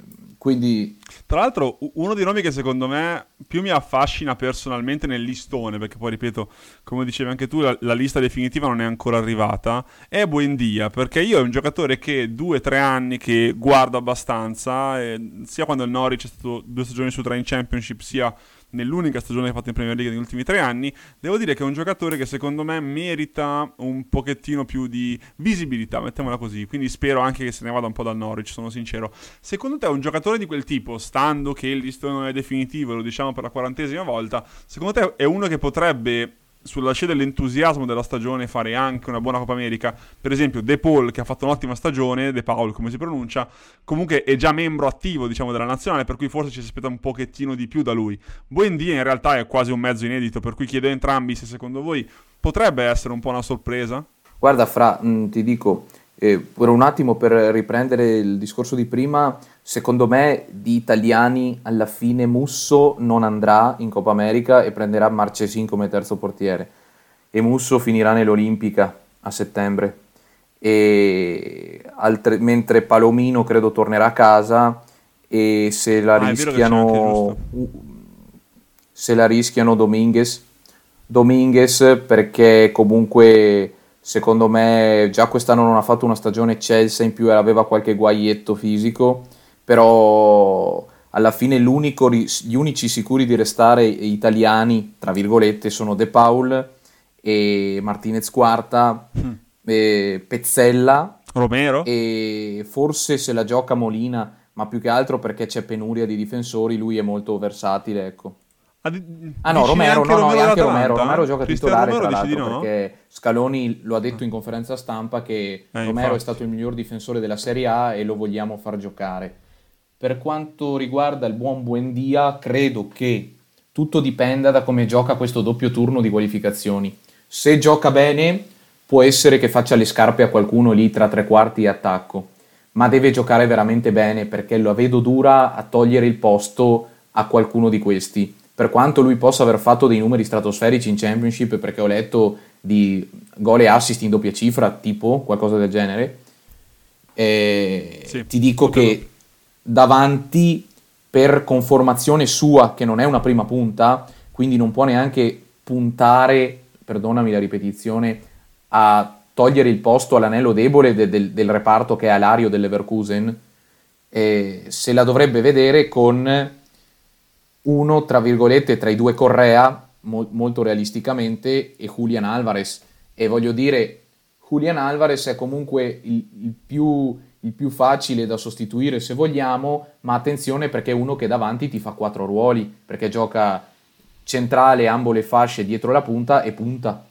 Quindi Tra l'altro, uno dei nomi che secondo me più mi affascina personalmente nel listone, perché poi ripeto, come dicevi anche tu, la lista definitiva non è ancora arrivata, è Buendia, perché io è un giocatore che 2 o 3 anni che guardo abbastanza, sia quando il Norwich è stato 2 stagioni su 3 in Championship, sia nell'unica stagione che ha fatto in Premier League negli ultimi 3 anni, devo dire che è un giocatore che secondo me merita un pochettino più di visibilità, mettiamola così, quindi spero anche che se ne vada un po' dal Norwich, sono sincero. Secondo te un giocatore di quel tipo, stando che il listone non è definitivo, lo diciamo per la 40ª volta, secondo te è uno che potrebbe, sulla scia dell'entusiasmo della stagione, fare anche una buona Coppa America? Per esempio De Paul, che ha fatto un'ottima stagione, De Paul come si pronuncia, comunque è già membro attivo, diciamo, della nazionale, per cui forse ci si aspetta un pochettino di più da lui. Buendia in realtà è quasi un mezzo inedito, per cui chiedo a entrambi se secondo voi potrebbe essere un po' una sorpresa. guarda, ti dico, per un attimo per riprendere il discorso di prima, secondo me di italiani alla fine Musso non andrà in Coppa America e prenderà Marchesin come terzo portiere e Musso finirà nell'Olimpica a settembre mentre Palomino credo tornerà a casa e se la Ah, è vero che c'è anche, rischiano giusto. se la rischiano Dominguez perché comunque secondo me già quest'anno non ha fatto una stagione eccelsa, in più aveva qualche guaietto fisico, però alla fine gli unici sicuri di restare italiani, tra virgolette, sono De Paul e Martinez Quarta, Pezzella Romero? e forse se la gioca Molina, ma più che altro perché c'è penuria di difensori, lui è molto versatile, ecco. Ah, Ah no, dici Romero, neanche no, no, è anche dell'Atalanta? Romero gioca Cristiano titolare Romero tra dici di l'altro no? perché Scaloni lo ha detto in conferenza stampa che Romero è Infatti. stato il miglior difensore della Serie A e lo vogliamo far giocare. Per quanto riguarda il buon Buendia, credo che tutto dipenda da come gioca questo doppio turno di qualificazioni. Se gioca bene, può essere che faccia le scarpe a qualcuno lì tra tre quarti e attacco, ma deve giocare veramente bene perché lo vedo dura a togliere il posto a qualcuno di questi. Per quanto lui possa aver fatto dei numeri stratosferici in Championship, perché ho letto di gol e assist in doppia cifra, tipo qualcosa del genere, Sì, ti dico che davanti, per conformazione sua, che non è una prima punta, quindi non può neanche puntare, perdonami la ripetizione, a togliere il posto all'anello debole del reparto che è Alario del Leverkusen, se la dovrebbe vedere con uno, tra virgolette, tra i due Correa, molto realisticamente, e Julian Alvarez. E voglio dire, Julian Alvarez è comunque il più facile da sostituire se vogliamo, ma attenzione perché è uno che davanti ti fa 4 ruoli, perché gioca centrale, ambo le fasce, dietro la punta e punta.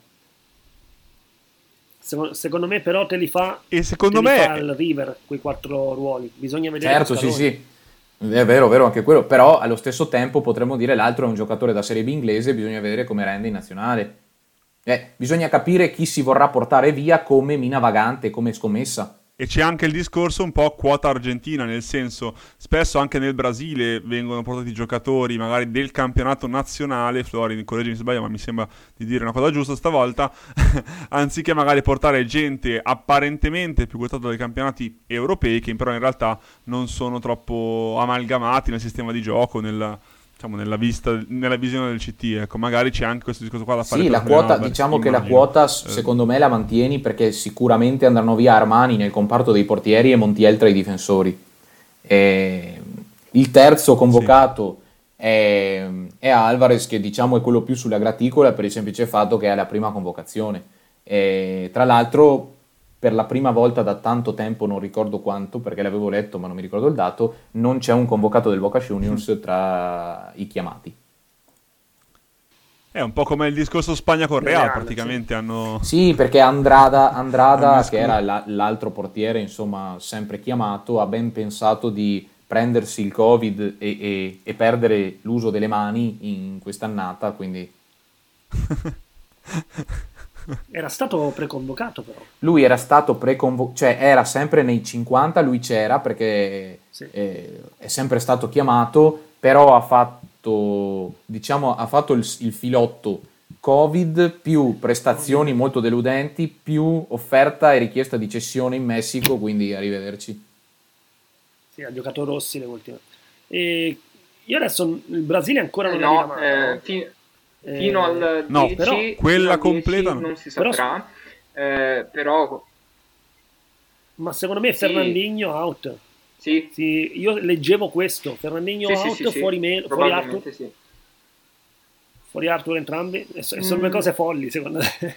Secondo me però E secondo te li fa me il River quei 4 ruoli. Bisogna vedere Certo, con sì, Scaloni. sì, è vero anche quello, però allo stesso tempo potremmo dire l'altro è un giocatore da Serie B inglese, bisogna vedere come rende in nazionale. Bisogna capire chi si vorrà portare via come mina vagante, come scommessa. E c'è anche il discorso un po' quota argentina, nel senso, spesso anche nel Brasile vengono portati giocatori magari del campionato nazionale, Flori, correggimi se sbaglio, ma mi sembra di dire una cosa giusta stavolta, anziché magari portare gente apparentemente più quotata dai campionati europei, che però in realtà non sono troppo amalgamati nel sistema di gioco, diciamo, nella visione del CT, ecco, magari c'è anche questo discorso qua da fare Sì, per la quota, Alvarez, diciamo che la immagino. quota secondo me la mantieni perché sicuramente andranno via Armani nel comparto dei portieri e Montiel tra i difensori. Il terzo Sì. convocato è Alvarez, che diciamo è quello più sulla graticola per il semplice fatto che è la prima convocazione. Tra l'altro, per la prima volta da tanto tempo, non ricordo quanto, perché l'avevo letto ma non mi ricordo il dato, non c'è un convocato del Boca Juniors tra i chiamati. È un po' come il discorso Spagna con Real, Real, praticamente hanno Sì, perché Andrada hanno che era l'altro portiere, insomma, sempre chiamato, ha ben pensato di prendersi il Covid e perdere l'uso delle mani in quest'annata, quindi Era stato preconvocato però. lui era stato cioè era sempre nei 50, lui c'era perché Sì. è sempre stato chiamato, però ha fatto il filotto Covid più prestazioni molto deludenti, più offerta e richiesta di cessione in Messico, quindi arrivederci. Sì, ha giocato Rossi le ultime. E io adesso il Brasile ancora non l'ha No, diramato, no? fino al No, 10, però fino quella al 10 completa no. non si però saprà, però ma secondo me sì, Fernandinho out. sì, Sì, io leggevo questo, Fernandinho sì, sì, sì, out, sì, fuori Arthur, probabilmente sì. fuori Arthur entrambi, e sono due Mm, cose folli secondo me.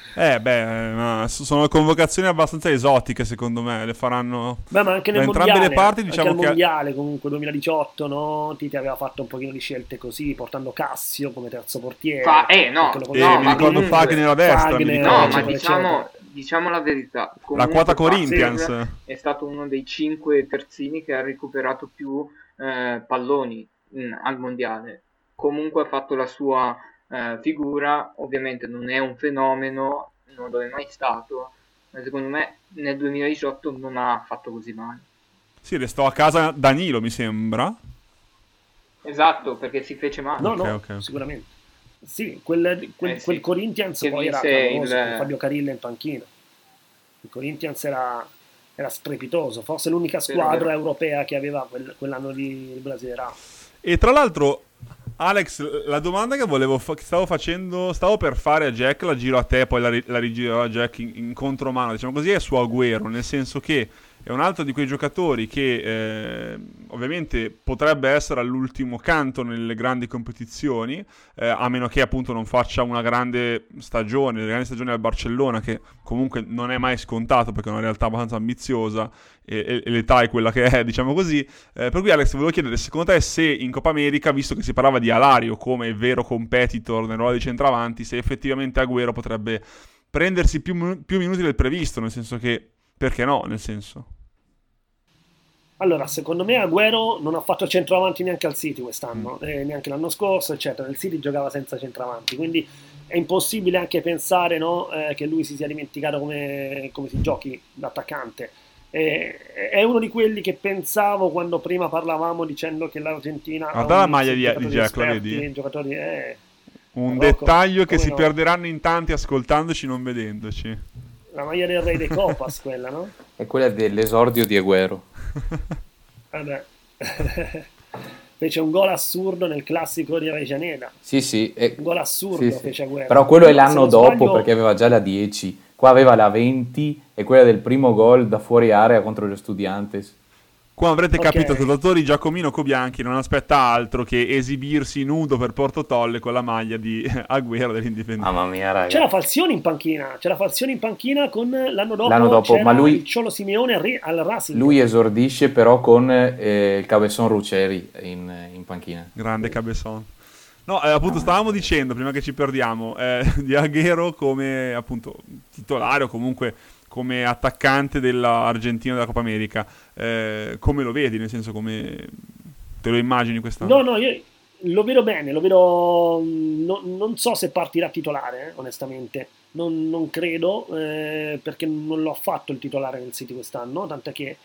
Ma sono convocazioni abbastanza esotiche, secondo me. Le faranno Beh, ma anche da nel entrambe le mondiale, parti. anche Diciamo al che mondiale comunque 2018, no? Tite aveva fatto un pochino di scelte così, portando Cassio come terzo portiere, perché no, lo no, mi ma considerava ricordo comunque, Fagner a destra, mi Fagner, no, ricordo. ma eccetera, eccetera. diciamo la verità, La quota comunque Corinthians. Passer è stato uno dei 5 terzini che ha recuperato più palloni al mondiale. Comunque ha fatto la sua figura, ovviamente non è un fenomeno, non lo è mai stato, ma secondo me nel 2018 non ha fatto così male. Sì, restò a casa Danilo, mi sembra. Esatto, perché si fece male. No, Ok, no, ok, ok. sicuramente. Sì, quel Sì, Corinthians che poi era vinse clamoroso, con il... Fabio Carilla in panchina. Il Corinthians era strepitoso, forse l'unica Vero, squadra vero. europea che aveva quell'anno di il Brasile era. E tra l'altro, Alex, la domanda che stavo per fare a Jack, la giro a te, poi la rigiro a Jack in contromano, diciamo così, è su Agüero, nel senso che è un altro di quei giocatori che ovviamente potrebbe essere all'ultimo canto nelle grandi competizioni, a meno che appunto non faccia una grande stagione al Barcellona, che comunque non è mai scontato perché è una realtà abbastanza ambiziosa e l'età è quella che è, diciamo così. Per cui Alex, volevo chiedere, secondo te se in Coppa America, visto che si parlava di Alario come vero competitor nel ruolo di centravanti, se effettivamente Agüero potrebbe prendersi più minuti del previsto, nel senso che, perché no, nel senso... Allora, secondo me Agüero non ha fatto centravanti neanche al City quest'anno, neanche l'anno scorso, eccetera. Il City giocava senza centravanti, quindi è impossibile anche pensare, no, che lui si sia dimenticato come si giochi da attaccante. È uno di quelli che pensavo quando prima parlavamo dicendo che l'Argentina ha Guarda un la mix maglia di di giocatori Jack, la esperti, vedi? giocatori... Un Rocco, dettaglio che come si no? perderanno in tanti ascoltandoci, non vedendoci. La maglia del Re dei Copas, quella, no? È quella dell'esordio di Agüero. Vabbè. Fece un gol assurdo nel classico di Avellaneda. Sì, sì, Un gol assurdo sì. fece Agüero. Però quello è Se l'anno non dopo sbaglio, perché aveva già la 10. Qua aveva la 20 e quella del primo gol da fuori area contro lo Studiantes. Qua avrete capito, ok. ascoltatori, Giacomino Cobianchi non aspetta altro che esibirsi nudo per Porto Tolle con la maglia di Agüero dell'Indipendenza. Mamma mia, raga. C'era Falcioni in panchina con l'anno L'anno dopo, c'era ma lui- il Ciolo Simeone al Racing. Lui esordisce però con il Cabezon Ruggeri in panchina. Grande Cabezon. No, appunto stavamo dicendo, prima che ci perdiamo, di Agüero come appunto titolare o comunque come attaccante dell'Argentina della Coppa America. Come lo vedi? Nel senso, come te lo immagini quest'anno? No, io lo vedo bene, lo vedo... non so se partirà titolare, onestamente. Non credo, perché non l'ho fatto il titolare nel City quest'anno, tant'è che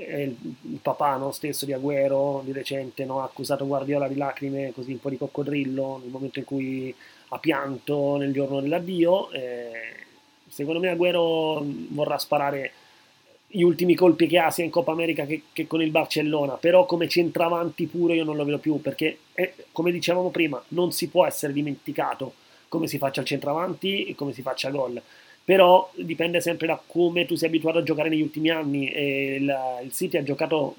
il papà, no, stesso di Agüero di recente, no, ha accusato Guardiola di lacrime, così un po' di coccodrillo nel momento in cui ha pianto nel giorno dell'addio. Secondo me Agüero vorrà sparare gli ultimi colpi che ha sia in Coppa America che con il Barcellona, però come centravanti puro io non lo vedo più, perché come dicevamo prima non si può essere dimenticato come si faccia il centravanti e come si faccia gol, però dipende sempre da come tu sei abituato a giocare negli ultimi anni. E il City ha giocato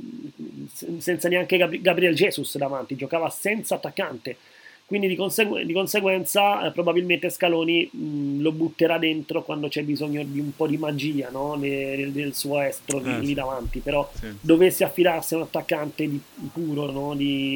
senza neanche Gabriel Jesus davanti, giocava senza attaccante, quindi di conseguenza probabilmente Scaloni lo butterà dentro quando c'è bisogno di un po' di magia, no? Del suo estro lì davanti, però Sì. dovesse affidarsi a un attaccante puro, no?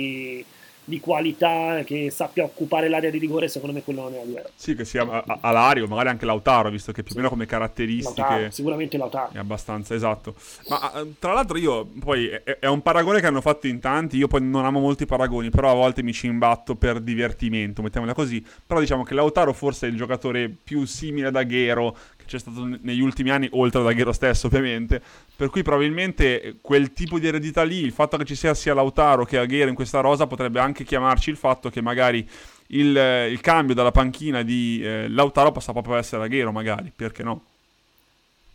Di qualità, che sappia occupare l'area di rigore, secondo me quello non è Agüero. Sì, che sia Alario, magari anche Lautaro, visto che più o meno come caratteristiche Lautaro, sicuramente Lautaro. è abbastanza esatto. Ma tra l'altro io poi è un paragone che hanno fatto in tanti, io poi non amo molti paragoni, però a volte mi ci imbatto per divertimento, mettiamola così. Però diciamo che Lautaro forse è il giocatore più simile ad Agüero che c'è stato negli ultimi anni, oltre ad Agüero stesso ovviamente, per cui probabilmente quel tipo di eredità lì, il fatto che ci sia Lautaro che Agüero in questa rosa, potrebbe anche chiamarci il fatto che magari il cambio dalla panchina di Lautaro possa proprio essere Agüero, magari, perché no?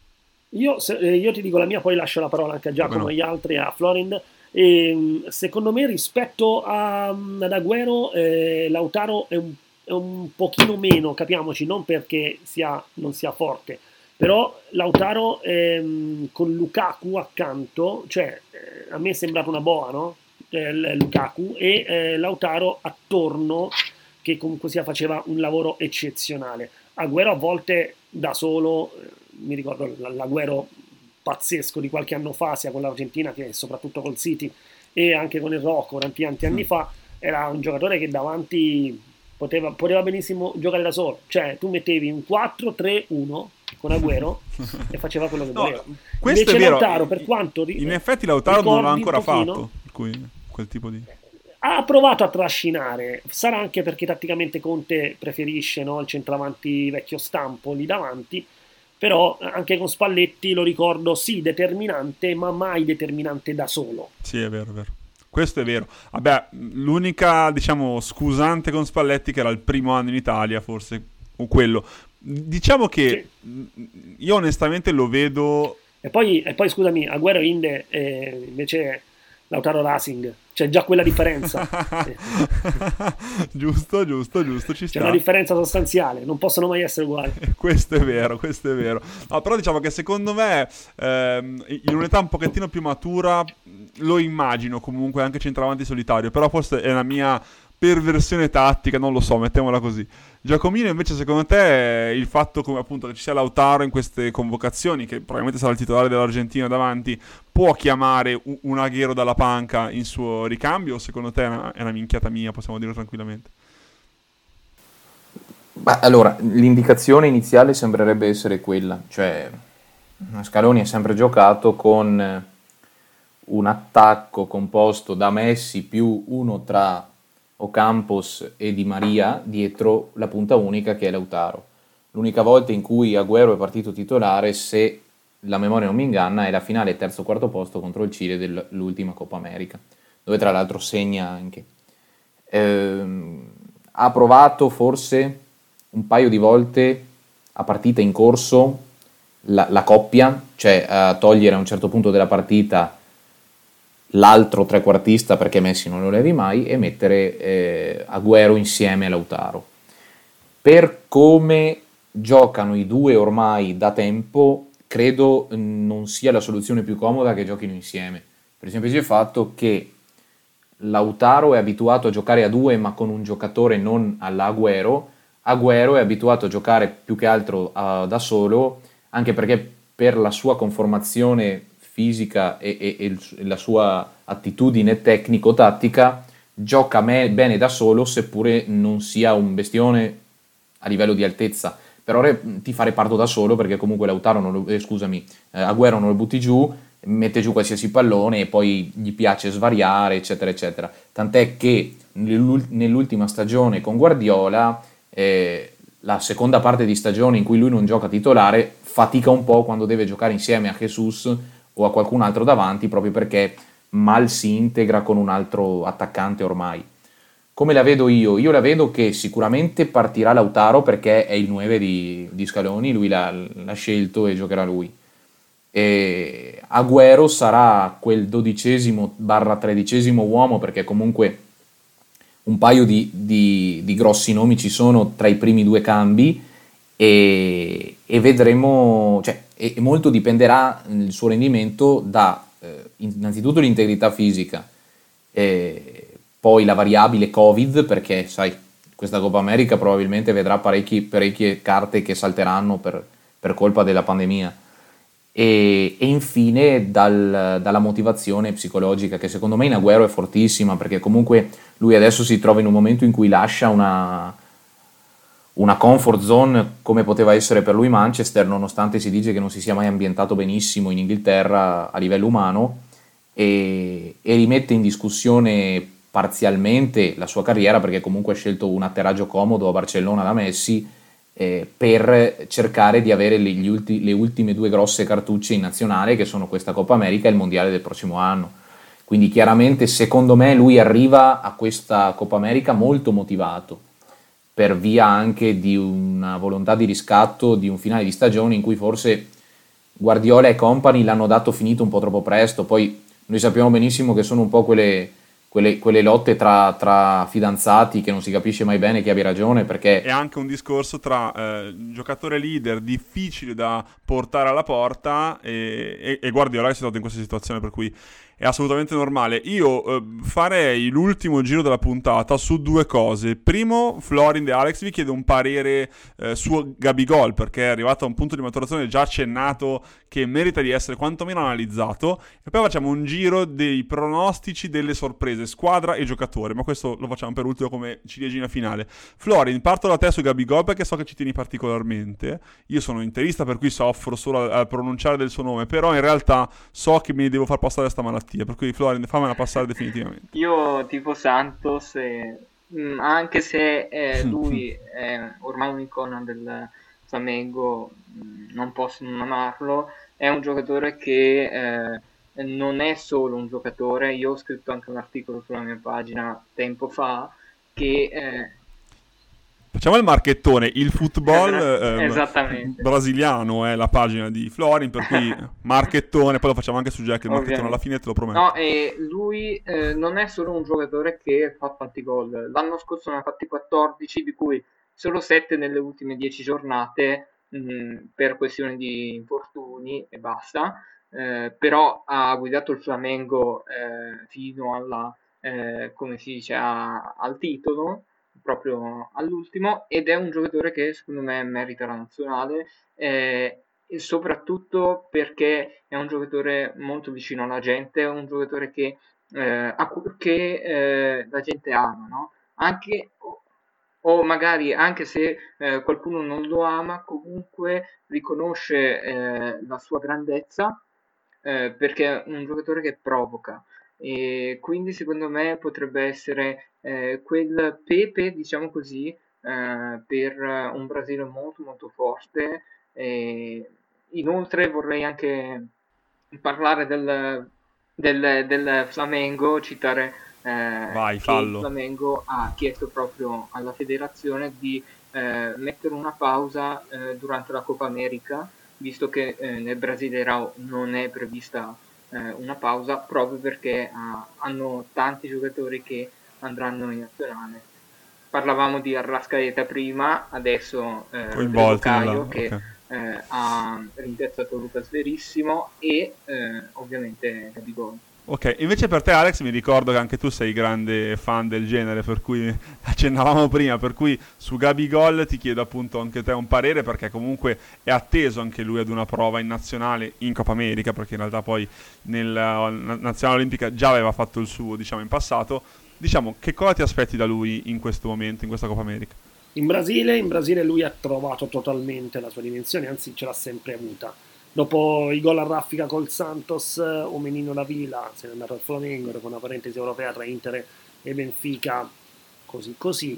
Io ti dico la mia, poi lascio la parola anche a Come Giacomo no? e agli altri, a Florind. Secondo me rispetto ad Agüero, Lautaro è un pochino meno, capiamoci, non perché non sia forte, però Lautaro con Lukaku accanto, cioè a me è sembrato una boa, no? Lukaku e Lautaro attorno che comunque sia faceva un lavoro eccezionale. Agüero a volte da solo, mi ricordo l'Agüero pazzesco di qualche anno fa, sia con l'Argentina che soprattutto col City e anche con il Rocco tanti anni fa, era un giocatore che davanti poteva benissimo giocare da solo, cioè tu mettevi un 4-3-1 con Agüero e faceva quello che No, voleva. questo Invece è vero. Lautaro, per quanto In effetti Lautaro non l'ha ricordi un ancora pochino, fatto, per cui quel tipo di... ha provato a trascinare, sarà anche perché tatticamente Conte preferisce, no, il centravanti vecchio stampo lì davanti, però anche con Spalletti lo ricordo sì determinante, ma mai determinante da solo. Sì, è vero, è vero. Questo è vero. Vabbè, l'unica, diciamo, scusante con Spalletti che era il primo anno in Italia, forse, o quello. Diciamo che Sì. io onestamente lo vedo... E poi scusami, Agüero Inde invece Lautaro Racing, c'è già quella differenza. Giusto, giusto, giusto, ci C'è una sta. differenza sostanziale, non possono mai essere uguali. Questo è vero, questo è vero. No, però diciamo che secondo me in un'età un pochettino più matura lo immagino comunque anche centravanti solitario, però forse è la mia perversione tattica, non lo so, mettiamola così. Giacomino invece secondo te il fatto come appunto che ci sia Lautaro in queste convocazioni, che probabilmente sarà il titolare dell'Argentina davanti, può chiamare un Agüero dalla panca in suo ricambio o secondo te è una minchiata mia, possiamo dirlo tranquillamente? Ma allora, l'indicazione iniziale sembrerebbe essere quella, cioè Scaloni ha sempre giocato con un attacco composto da Messi più uno tra Ocampos e Di Maria dietro la punta unica che è Lautaro. L'unica volta in cui Agüero è partito titolare, se la memoria non mi inganna, è la finale terzo o quarto posto contro il Cile dell'ultima Coppa America, dove tra l'altro segna anche. Ha provato forse un paio di volte a partita in corso la coppia, cioè a togliere a un certo punto della partita l'altro trequartista perché Messi non lo levi mai e mettere Agüero insieme a Lautaro. Per come giocano i due ormai da tempo, credo non sia la soluzione più comoda che giochino insieme, per il semplice fatto che Lautaro è abituato a giocare a due ma con un giocatore non alla Agüero. Agüero è abituato a giocare più che altro da solo, anche perché per la sua conformazione fisica e la sua attitudine tecnico-tattica gioca bene da solo, seppure non sia un bestione a livello di altezza. Per ora ti fa reparto da solo perché comunque Lautaro Agüero non lo butti giù, mette giù qualsiasi pallone e poi gli piace svariare, eccetera, eccetera. Tant'è che nell'ultima stagione con Guardiola, la seconda parte di stagione in cui lui non gioca titolare, fatica un po' quando deve giocare insieme a Jesus o a qualcun altro davanti, proprio perché mal si integra con un altro attaccante ormai. Come la vedo io? Io la vedo che sicuramente partirà Lautaro perché è il 9 di Scaloni, lui l'ha scelto e giocherà lui. E Agüero sarà quel 12º/13º uomo perché comunque un paio di grossi nomi ci sono tra i primi due cambi e vedremo, cioè, e molto dipenderà il suo rendimento da innanzitutto l'integrità fisica, poi la variabile Covid perché sai questa Coppa America probabilmente vedrà parecchie carte che salteranno per colpa della pandemia. E infine dalla motivazione psicologica che secondo me in Agüero è fortissima perché comunque lui adesso si trova in un momento in cui lascia una comfort zone come poteva essere per lui Manchester, nonostante si dice che non si sia mai ambientato benissimo in Inghilterra a livello umano, e rimette in discussione parzialmente la sua carriera perché comunque ha scelto un atterraggio comodo a Barcellona da Messi, per cercare di avere le ultime due grosse cartucce in nazionale che sono questa Coppa America e il Mondiale del prossimo anno. Quindi chiaramente secondo me lui arriva a questa Coppa America molto motivato per via anche di una volontà di riscatto di un finale di stagione in cui forse Guardiola e compagni l'hanno dato finito un po' troppo presto. Poi noi sappiamo benissimo che sono un po' quelle lotte tra fidanzati che non si capisce mai bene chi abbia ragione, È perché anche un discorso tra giocatore leader difficile da portare alla porta e Guardiola che si è trovato in questa situazione, per cui è assolutamente normale. Io farei l'ultimo giro della puntata su due cose. Primo, Florin e Alex vi chiedo un parere su Gabigol, perché è arrivato a un punto di maturazione già accennato che merita di essere quantomeno analizzato, e poi facciamo un giro dei pronostici delle sorprese, squadra e giocatore, ma questo lo facciamo per ultimo come ciliegina finale. Florin, parto da te su Gabigol perché so che ci tieni particolarmente. Io sono interista, per cui soffro solo a pronunciare del suo nome, però in realtà so che mi devo far passare sta malattia, per cui Florin, fammela passare definitivamente. Io tipo Santos, anche se lui è ormai un'icona del Flamengo, non posso non amarlo, è un giocatore che non è solo un giocatore. Io ho scritto anche un articolo sulla mia pagina tempo fa che Facciamo il marchettone, il football esattamente. brasiliano è la pagina di Florin, per cui marchettone, poi lo facciamo anche su Jack, il marchettone alla Ovviamente. fine te lo prometto. No, e lui non è solo un giocatore che fa tanti gol. L'anno scorso ne ha fatti 14, di cui solo 7 nelle ultime 10 giornate, per questione di infortuni e basta. Però ha guidato il Flamengo fino alla, come si dice, al titolo, proprio all'ultimo, ed è un giocatore che secondo me merita la nazionale. E soprattutto perché è un giocatore molto vicino alla gente, è un giocatore che la gente ama, no? Anche, o magari anche se qualcuno non lo ama, comunque riconosce la sua grandezza, perché è un giocatore che provoca. E quindi secondo me potrebbe essere quel Pepe, diciamo così, per un Brasile molto molto forte. Inoltre vorrei anche parlare del Flamengo, citare Vai, che il fallo. Flamengo ha chiesto proprio alla federazione di mettere una pausa durante la Coppa America, visto che nel Brasileirao non è prevista una pausa, proprio perché hanno tanti giocatori che andranno in nazionale. Parlavamo di Arrascaeta prima, adesso Rodrigo Coinvolti nella... Caio che ok. ha rimpiazzato Lucas Verissimo e ovviamente Gabigol. Ok, invece per te Alex mi ricordo che anche tu sei grande fan del genere, per cui accennavamo prima, per cui su Gabigol ti chiedo appunto anche te un parere, perché comunque è atteso anche lui ad una prova in nazionale in Coppa America, perché in realtà poi nella nazionale olimpica già aveva fatto il suo, diciamo, in passato. Diciamo, che cosa ti aspetti da lui in questo momento, in questa Coppa America? In Brasile lui ha trovato totalmente la sua dimensione, anzi ce l'ha sempre avuta. Dopo i gol a raffica col Santos, o Menino da Vila se n'è andato al Flamengo, dopo una parentesi europea tra Inter e Benfica, così così.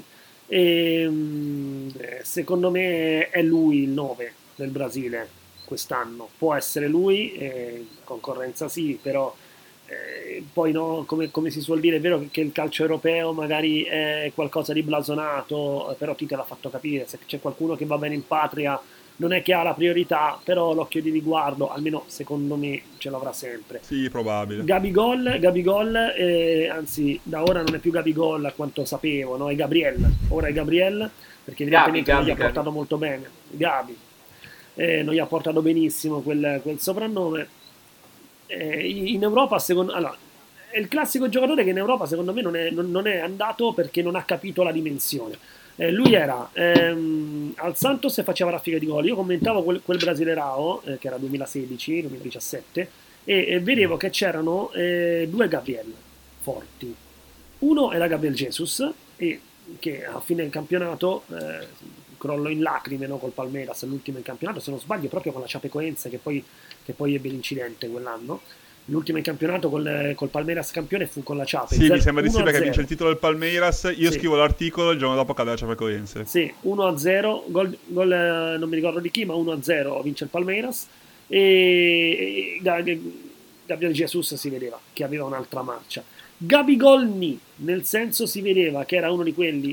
Secondo me è lui il 9 del Brasile quest'anno. Può essere lui, concorrenza sì, però poi no, come si suol dire, è vero che il calcio europeo magari è qualcosa di blasonato, però Tite l'ha fatto capire, se c'è qualcuno che va bene in patria non è che ha la priorità, però l'occhio di riguardo, almeno secondo me, ce l'avrà sempre. Sì, probabile. Gabigol, anzi da ora non è più Gabigol a quanto sapevo, no? È Gabriel, ora è Gabriel, perché evidentemente non gli ha portato molto bene, Gabi, non gli ha portato benissimo quel soprannome. In Europa, allora, è il classico giocatore che in Europa secondo me non è andato perché non ha capito la dimensione. Lui era al Santos e faceva raffiche di gol. Io commentavo quel Brasileirao, che era 2016-2017, e vedevo che c'erano due Gabriel forti. Uno era Gabriel Jesus, che a fine del campionato crollò in lacrime, no, col Palmeiras all'ultimo in campionato, se non sbaglio proprio con la Chapecoense che poi ebbe l'incidente quell'anno. L'ultimo in campionato col Palmeiras campione fu con la Chape. Sì, mi sembra di sì, perché 1-0. vince il titolo del Palmeiras, io Sì. scrivo l'articolo, il giorno dopo cade la Chapecoense. Sì, 1-0, gol, non mi ricordo di chi, ma 1-0 vince il Palmeiras e Gabriel Jesus si vedeva che aveva un'altra marcia. Gabigol nel senso si vedeva che era uno di quelli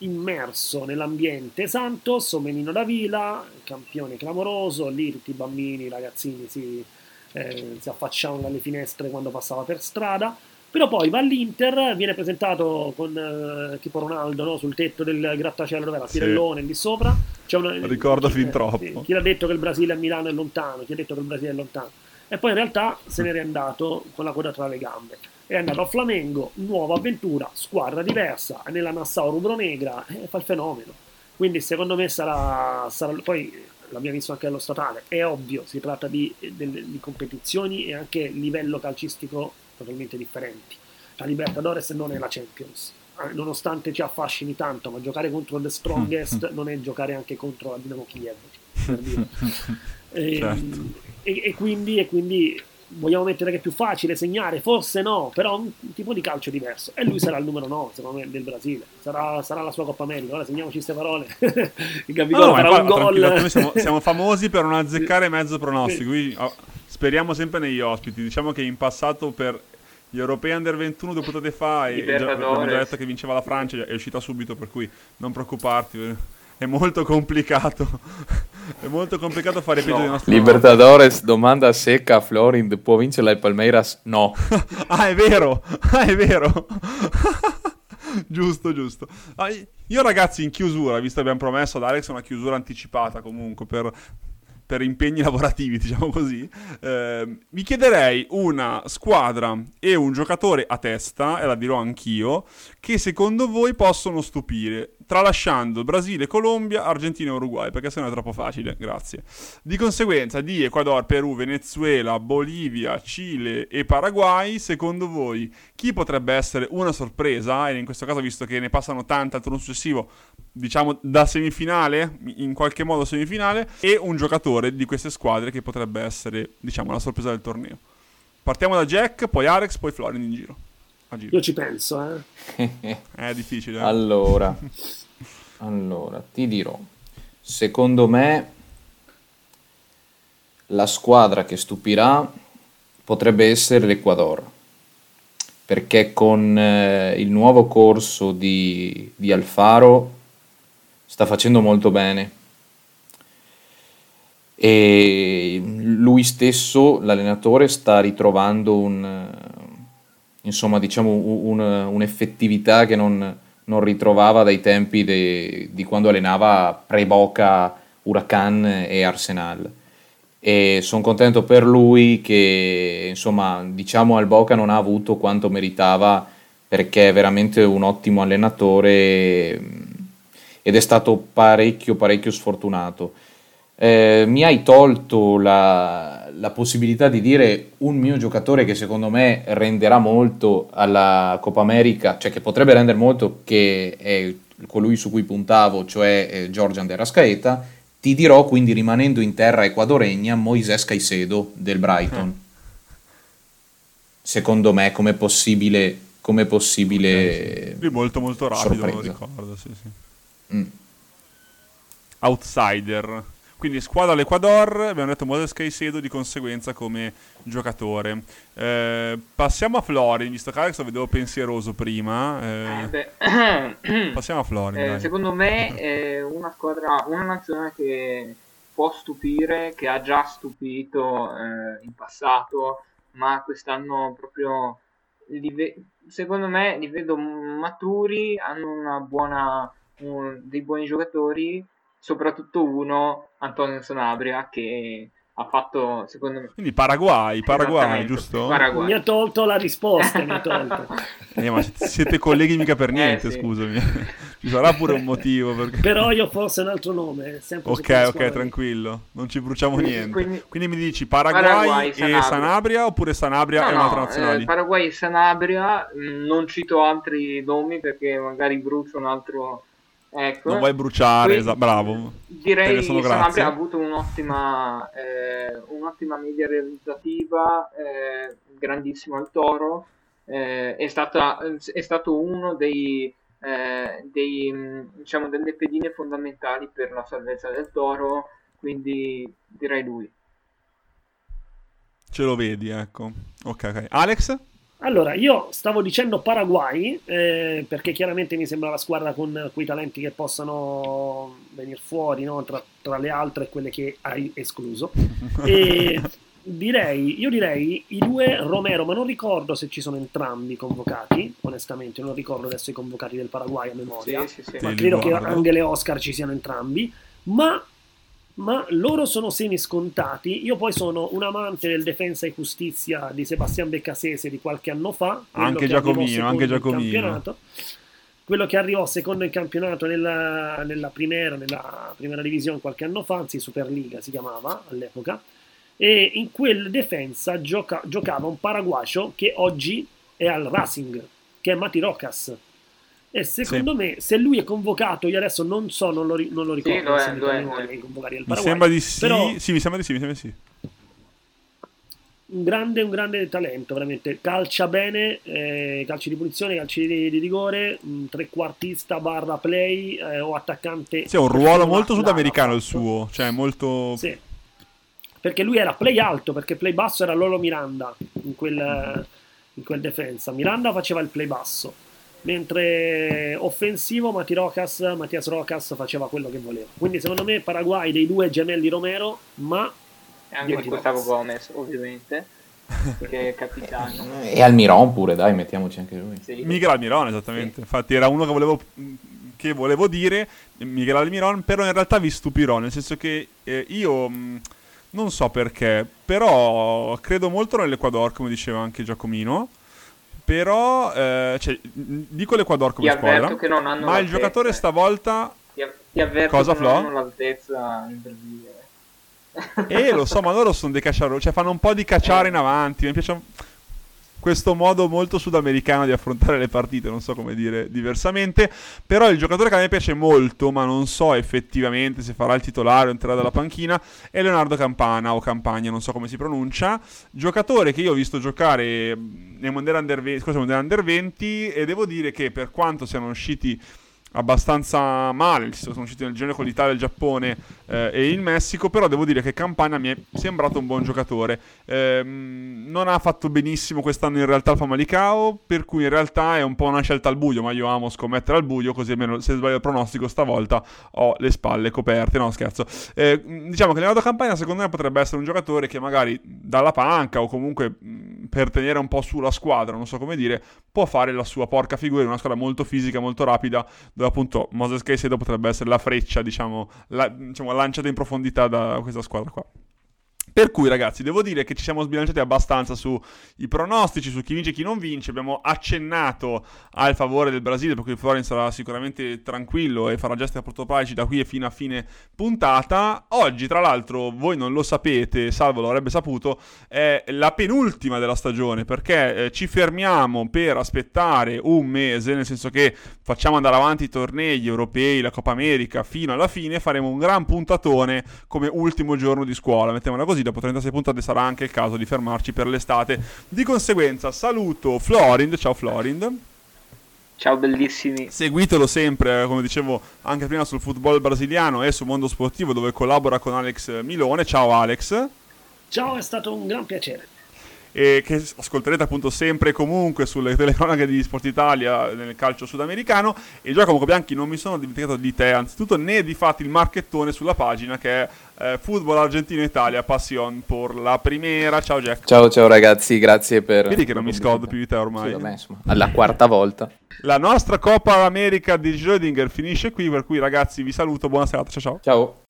immerso nell'ambiente Santos o Menino Davila, campione clamoroso, lì tutti i bambini, i ragazzini si affacciavano dalle finestre quando passava per strada, però poi va all'Inter, viene presentato con tipo Ronaldo, no? Sul tetto del grattacielo dove era Sì. Pirellone lì sopra. Ricordo fin troppo. Chi l'ha detto che il Brasile a Milano è lontano, chi ha detto che il Brasile è lontano. E poi in realtà se n'è andato con la coda tra le gambe. È andato a Flamengo, nuova avventura, squadra diversa, nella Nassau Rubronegra, e fa il fenomeno. Quindi secondo me sarà poi l'abbiamo visto anche allo statale, è ovvio, si tratta di competizioni e anche livello calcistico totalmente differenti. La Libertadores non è la Champions, nonostante ci affascini tanto, ma giocare contro The Strongest non è giocare anche contro la Dinamo Kiev, per dire. Certo. E quindi vogliamo mettere che è più facile segnare, forse no, però un tipo di calcio diverso. E lui sarà il numero 9, secondo me, del Brasile. Sarà la sua Coppa America. Ora segniamoci queste parole. Il Gabigol farà un gol. Noi siamo famosi per non azzeccare mezzo pronostico. Quindi, speriamo sempre negli ospiti. Diciamo che in passato per gli europei under 21 2 puntate fa abbiamo già detto che vinceva la Francia, è uscita subito, per cui non preoccuparti. È molto complicato. È molto complicato fare peggio dei nostri. Libertadores, domanda secca a Florind, può vincere il Palmeiras? No. Ah, è vero. Giusto. Io ragazzi, in chiusura, visto che abbiamo promesso ad Alex una chiusura anticipata comunque per impegni lavorativi, diciamo così, vi chiederei una squadra e un giocatore a testa, e la dirò anch'io, che secondo voi possono stupire, tralasciando Brasile, Colombia, Argentina e Uruguay, perché sennò è troppo facile, grazie. Di conseguenza, di Ecuador, Perù, Venezuela, Bolivia, Cile e Paraguay, secondo voi chi potrebbe essere una sorpresa? E in questo caso, visto che ne passano tante al turno successivo, diciamo da semifinale, in qualche modo semifinale, e un giocatore di queste squadre che potrebbe essere, diciamo, la sorpresa del torneo. Partiamo da Jack, poi Alex, poi Florin in giro. Io ci penso, È difficile. Allora, ti dirò, secondo me la squadra che stupirà potrebbe essere l'Ecuador, perché con il nuovo corso di Alfaro sta facendo molto bene e lui stesso, l'allenatore, sta ritrovando un'effettività che non ritrovava dai tempi di quando allenava pre-Boca, Huracan e Arsenal. E sono contento per lui che, insomma, diciamo al Boca non ha avuto quanto meritava, perché è veramente un ottimo allenatore ed è stato parecchio sfortunato. Mi hai tolto la possibilità di dire un mio giocatore che secondo me renderà molto alla Coppa America, cioè che potrebbe rendere molto, che è colui su cui puntavo, cioè Giorgian De Rascaeta. Ti dirò, quindi, rimanendo in terra ecuadoregna, Moisés Caicedo del Brighton. Secondo me come possibile Lui molto rapido, sorpresa. lo ricordo, sì. Outsider. Quindi squadra all'Ecuador, abbiamo detto Moisés Caicedo di conseguenza come giocatore. Passiamo a Florin, visto che Alex lo vedevo pensieroso prima. Passiamo a Florin. Dai. Secondo me è una nazionale che può stupire, che ha già stupito in passato, ma quest'anno proprio secondo me li vedo maturi, hanno dei buoni giocatori, soprattutto uno, Antonio Sanabria, che ha fatto, secondo me... Quindi Paraguay, giusto? Paraguay. Mi ha tolto la risposta, ma siete colleghi mica per niente, sì. Scusami. Ci sarà pure un motivo. Perché... Però io forse un altro nome. Ok, tranquillo. Non ci bruciamo niente. Quindi mi dici Paraguay e Sanabria, oppure Sanabria e un'altra nazionale? Paraguay e Sanabria, non cito altri nomi perché magari brucio un altro... Ecco. Non vuoi bruciare, bravo. Direi che Sanabria ha avuto un'ottima media realizzativa, grandissimo al Toro, è stato uno delle pedine fondamentali per la salvezza del Toro, quindi direi lui. Ce lo vedi, ecco. Ok. Alex? Allora, io stavo dicendo Paraguay, perché chiaramente mi sembra la squadra con quei talenti che possano venire fuori, no? Tra le altre quelle che hai escluso. E io direi i due Romero, ma non ricordo se ci sono entrambi convocati, onestamente, non ricordo adesso i convocati del Paraguay a memoria, Sì. ma credo che Angel e Oscar ci siano entrambi, ma loro sono semi scontati. Io poi sono un amante del Defensa e Giustizia di Sebastian Beccasese di qualche anno fa, anche Giacomino. Quello che arrivò secondo in campionato nella primera divisione qualche anno fa, anzi Superliga si chiamava all'epoca, e in quel Defensa giocava un paraguayo che oggi è al Racing, che è Mati Rocas. E secondo me, se lui è convocato, io adesso non lo ricordo se lo è. convocati del Mi Paraguay. sembra di sì, però sì, mi sembra di sì. un grande talento, veramente. Calcia bene, calci di punizione, calci di rigore, trequartista barra play o attaccante. Sì, è un ruolo molto sudamericano il suo, cioè molto... Sì, perché lui era play alto, perché play basso era Lolo Miranda in quel Defensa. Miranda faceva il play basso, mentre offensivo Matias Rocas faceva quello che voleva. Quindi secondo me Paraguay dei due gemelli Romero, ma e anche di Gustavo Gomez ovviamente, che è capitano, e Almiron pure, dai, mettiamoci anche lui. sì. Miguel Almiron, esattamente. Sì. Infatti era uno che volevo dire, Miguel Almiron, però in realtà vi stupirò, nel senso che io non so perché, però credo molto nell'Ecuador, come diceva anche Giacomino. Però dico l'Ecuador come squadra, che non hanno ma il giocatore stavolta ti avverto cosa, che non hanno l'altezza in Brasile. Lo so, ma loro sono dei cacciaroni, cioè fanno un po' di cacciare in avanti. Mi piace questo modo molto sudamericano di affrontare le partite, non so come dire diversamente. Però il giocatore che a me piace molto, ma non so effettivamente se farà il titolare o entrerà dalla panchina, è Leonardo Campana o Campagna, non so come si pronuncia. Giocatore che io ho visto giocare nei Mondiali Under 20 e devo dire che per quanto siano usciti abbastanza male, sono usciti nel girone con l'Italia, il Giappone e il Messico, però devo dire che Campana mi è sembrato un buon giocatore. Non ha fatto benissimo quest'anno in realtà il Famalicão, per cui in realtà è un po' una scelta al buio, ma io amo scommettere al buio, così almeno se sbaglio il pronostico stavolta ho le spalle coperte. No, scherzo. Diciamo che Leonardo Campana secondo me potrebbe essere un giocatore che magari dalla panca o comunque per tenere un po' su la squadra, non so come dire, può fare la sua porca figura in una squadra molto fisica, molto rapida, dove appunto Moses Caicedo potrebbe essere la freccia, diciamo lanciata in profondità da questa squadra qua. Per cui ragazzi, devo dire che ci siamo sbilanciati abbastanza sui pronostici, su chi vince e chi non vince. Abbiamo accennato al favore del Brasile, per cui Florin sarà sicuramente tranquillo e farà gesti apoptotici da qui e fino a fine puntata. Oggi, tra l'altro, voi non lo sapete, Salvo lo avrebbe saputo, è la penultima della stagione, perché ci fermiamo per aspettare un mese, nel senso che facciamo andare avanti i tornei europei, la Coppa America, fino alla fine faremo un gran puntatone come ultimo giorno di scuola, mettiamola così. Dopo 36 puntate sarà anche il caso di fermarci per l'estate. Di conseguenza saluto Florind. Ciao Florind. Ciao bellissimi. Seguitelo sempre, come dicevo anche prima, sul football brasiliano e su Mondo Sportivo, dove collabora con Alex Milone. Ciao Alex. Ciao, è stato un gran piacere. E che ascolterete appunto sempre e comunque sulle telecronache di Sport Italia nel calcio sudamericano. E Giacomo Bianchi, non mi sono dimenticato di te anzitutto, né di fatti il marchettone sulla pagina che è Football Argentino Italia Passion por la Primera. Ciao Jack. Ciao ragazzi, grazie per... Vedi che non mi scordo più di te ormai. Sì, vabbè, insomma, alla quarta volta. La nostra Coppa America di Schrödinger finisce qui, per cui ragazzi vi saluto, buona serata, ciao. Ciao.